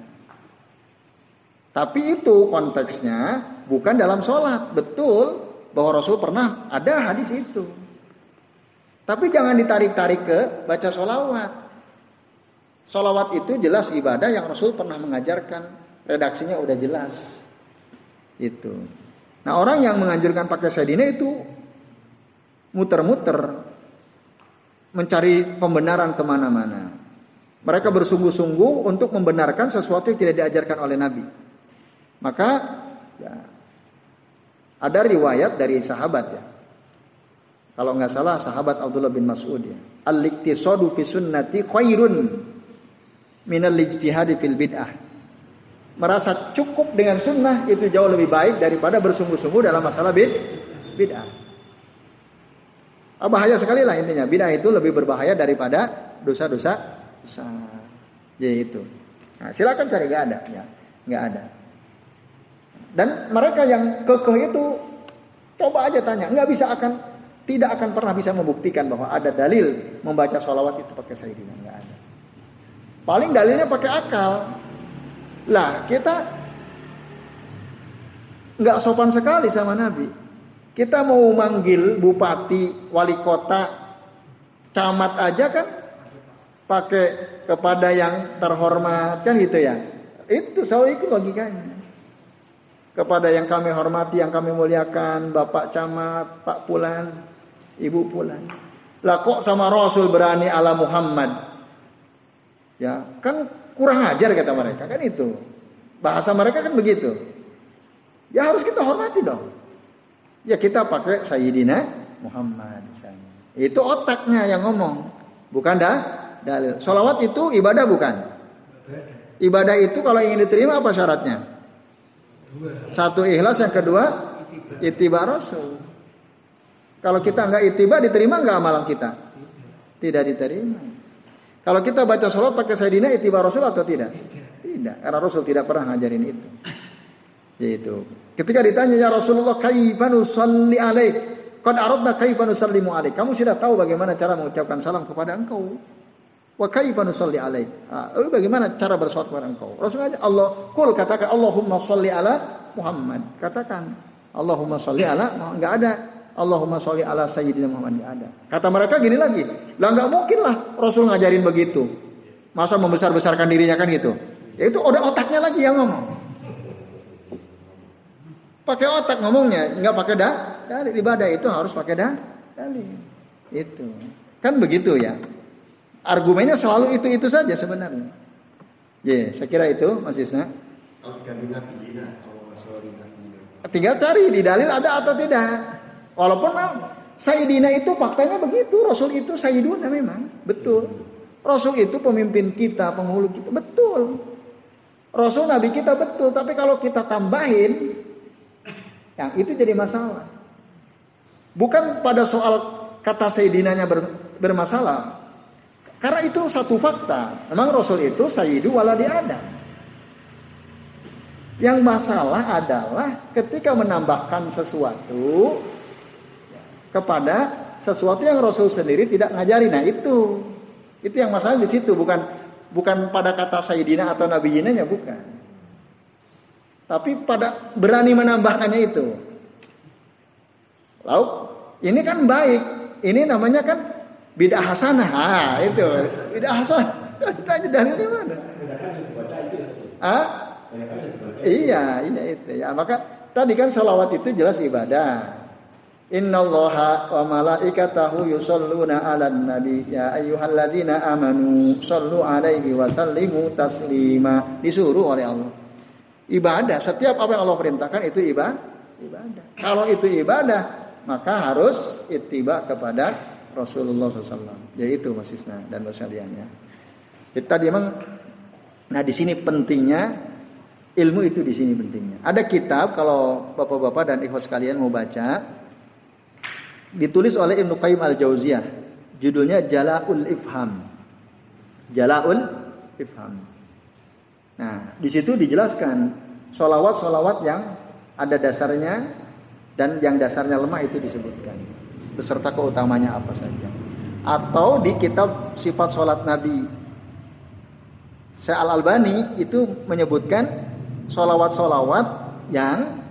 Tapi itu konteksnya bukan dalam sholat. Betul bahwa Rasul pernah ada hadis itu. Tapi jangan ditarik-tarik ke baca sholawat. Sholawat itu jelas ibadah yang Rasul pernah mengajarkan. Redaksinya udah jelas. Itu. Nah orang yang menganjurkan pakai Sayyidina itu muter-muter mencari pembenaran kemana-mana. Mereka bersungguh-sungguh untuk membenarkan sesuatu yang tidak diajarkan oleh Nabi. Maka ya, ada riwayat dari sahabat ya. Kalau nggak salah sahabat Abdullah bin Mas'ud ya. Al-iktisadu fi sunnati khairun minal ijtihadi fil bid'ah. Merasa cukup dengan sunnah itu jauh lebih baik daripada bersungguh-sungguh dalam masalah bid bid'ah. Bahaya sekali lah intinya. Bid'ah itu lebih berbahaya daripada dosa-dosa besar. Jadi itu. Nah, silakan cari, nggak ada, ya, nggak ada. Dan mereka yang kekeh itu coba aja tanya, nggak bisa akan, tidak akan pernah bisa membuktikan bahwa ada dalil membaca sholawat itu pakai Sayyidina, nggak ada. Paling dalilnya pakai akal. Lah kita nggak sopan sekali sama Nabi. Kita mau manggil bupati, wali kota, camat aja kan pakai kepada yang terhormat kan gitu ya. Itu selalu ikut logikanya. Kepada yang kami hormati, yang kami muliakan, Bapak Camat, Pak Pulan, Ibu Pulan. Lah kok sama Rasul berani ala Muhammad? Ya, kan kurang ajar kata mereka kan itu. Bahasa mereka kan begitu. Ya harus kita hormati dong. Ya kita pakai Sayyidina Muhammad misalnya. Itu otaknya yang ngomong, bukan dah dalil. Sholawat itu ibadah bukan? Ibadah itu kalau ingin diterima apa syaratnya? Satu ikhlas, yang kedua ittiba Rasul. Kalau kita nggak ittiba, diterima nggak amalan kita? Tidak diterima. Kalau kita baca sholawat pakai Sayyidina, ittiba Rasul atau tidak? Tidak, karena Rasul tidak pernah ngajarin itu. Yaitu ketika ditanya ya Rasulullah kaifa nusalli alaik, qad aradna kaifa nusallimu alaik. Kamu sudah tahu bagaimana cara mengucapkan salam kepada engkau. Wa kaifa nusalli alaik. Ah, lalu bagaimana cara bersolawat kepada engkau? Rasul aja Allah, qul katakan Allahumma shalli ala Muhammad. Katakan Allahumma shalli ala, enggak ada Allahumma shalli ala sayyidina Muhammad, enggak ada. Kata mereka gini lagi, lah enggak mungkin lah Rasul ngajarin begitu. Masa membesar-besarkan dirinya kan gitu. Ya itu udah otaknya lagi yang ngomong. Pakai otak ngomongnya, nggak pakai dah dalil. Ibadah itu harus pakai dah dalil. Itu kan begitu ya. Argumennya selalu itu itu saja sebenarnya. Ya, saya kira itu Mas Isna. Tinggal cari di dalil ada atau tidak. Walaupun Sayyidina itu faktanya begitu, Rasul itu Sayyiduna memang betul. Rasul itu pemimpin kita, penghulu kita betul. Rasul Nabi kita betul, tapi kalau kita tambahin yang itu jadi masalah. Bukan pada soal kata Sayyidinanya ber, bermasalah. Karena itu satu fakta. Memang Rasul itu Sayyidu waladi Adam. Yang masalah adalah ketika menambahkan sesuatu kepada sesuatu yang Rasul sendiri tidak ngajari. Nah itu, itu yang masalah di situ, bukan bukan pada kata Sayyidina atau Nabiyinanya, bukan. Tapi pada berani menambahkannya itu. Lalu ini kan baik, ini namanya kan bid'ah hasanah. Ah itu bid'ah hasanah. Tanya dalilnya mana? Ah? Iya, iya itu ya. Maka tadi kan sholawat itu jelas ibadah. Innallaha wa malaikatahu yusholluna 'alan nabi ya ayyuhalladzina amanu shollu 'alaihi wa sallimu taslima. Disuruh oleh Allah. Ibadah, setiap apa yang Allah perintahkan itu ibadah. Ibadah. Kalau itu ibadah, maka harus ittiba kepada Rasulullah shallallahu alaihi wasallam. Yaitu Mas Isna dan Mas Alian ya. Kita memang, nah di sini pentingnya ilmu itu di sini pentingnya. Ada kitab kalau bapak-bapak dan ikhwas sekalian mau baca, ditulis oleh Ibnu Qayyim Al-Jauziyah, judulnya Jala'ul Ifham. Jala'ul Ifham. Nah, di situ dijelaskan sholawat-sholawat yang ada dasarnya dan yang dasarnya lemah itu disebutkan, beserta keutamanya apa saja. Atau di kitab Sifat Sholat Nabi, Syekh Al-Albani itu menyebutkan sholawat-sholawat yang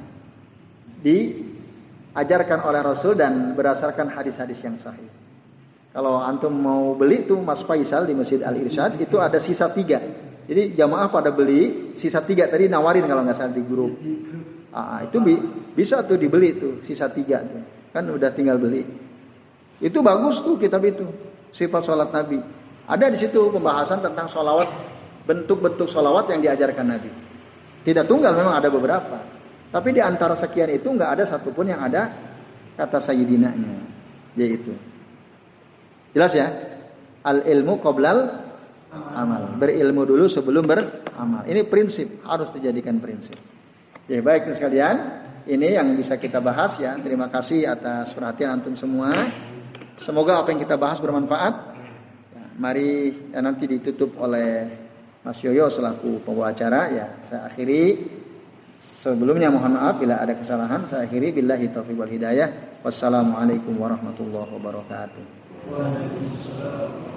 diajarkan oleh Rasul dan berdasarkan hadis-hadis yang sahih. Kalau antum mau beli tuh Mas Faisal di Masjid Al-Irsyad itu ada sisa tiga. Jadi jamaah pada beli sisa tiga tadi nawarin kalau nggak salah di grup. Ah, itu bi- bisa tuh dibeli tuh sisa tiga tuh. Kan udah tinggal beli. Itu bagus tuh kitab itu, Sifat Sholat Nabi. Ada di situ pembahasan tentang sholawat, bentuk-bentuk sholawat yang diajarkan Nabi. Tidak tunggal, memang ada beberapa. Tapi di antara sekian itu nggak ada satupun yang ada kata sayyidinanya. Yaitu. Jelas ya? Al ilmu qoblal amal. Berilmu dulu sebelum beramal. Ini prinsip, harus dijadikan prinsip. Ya baik sekalian, ini yang bisa kita bahas ya. Terima kasih atas perhatian antum semua. Semoga apa yang kita bahas bermanfaat. Ya, mari ya, nanti ditutup oleh Mas Yoyo selaku pembawa acara ya. Saya akhiri. Sebelumnya mohon maaf bila ada kesalahan. Saya akhiri billahi taufiq wal hidayah. Wassalamualaikum warahmatullahi wabarakatuh.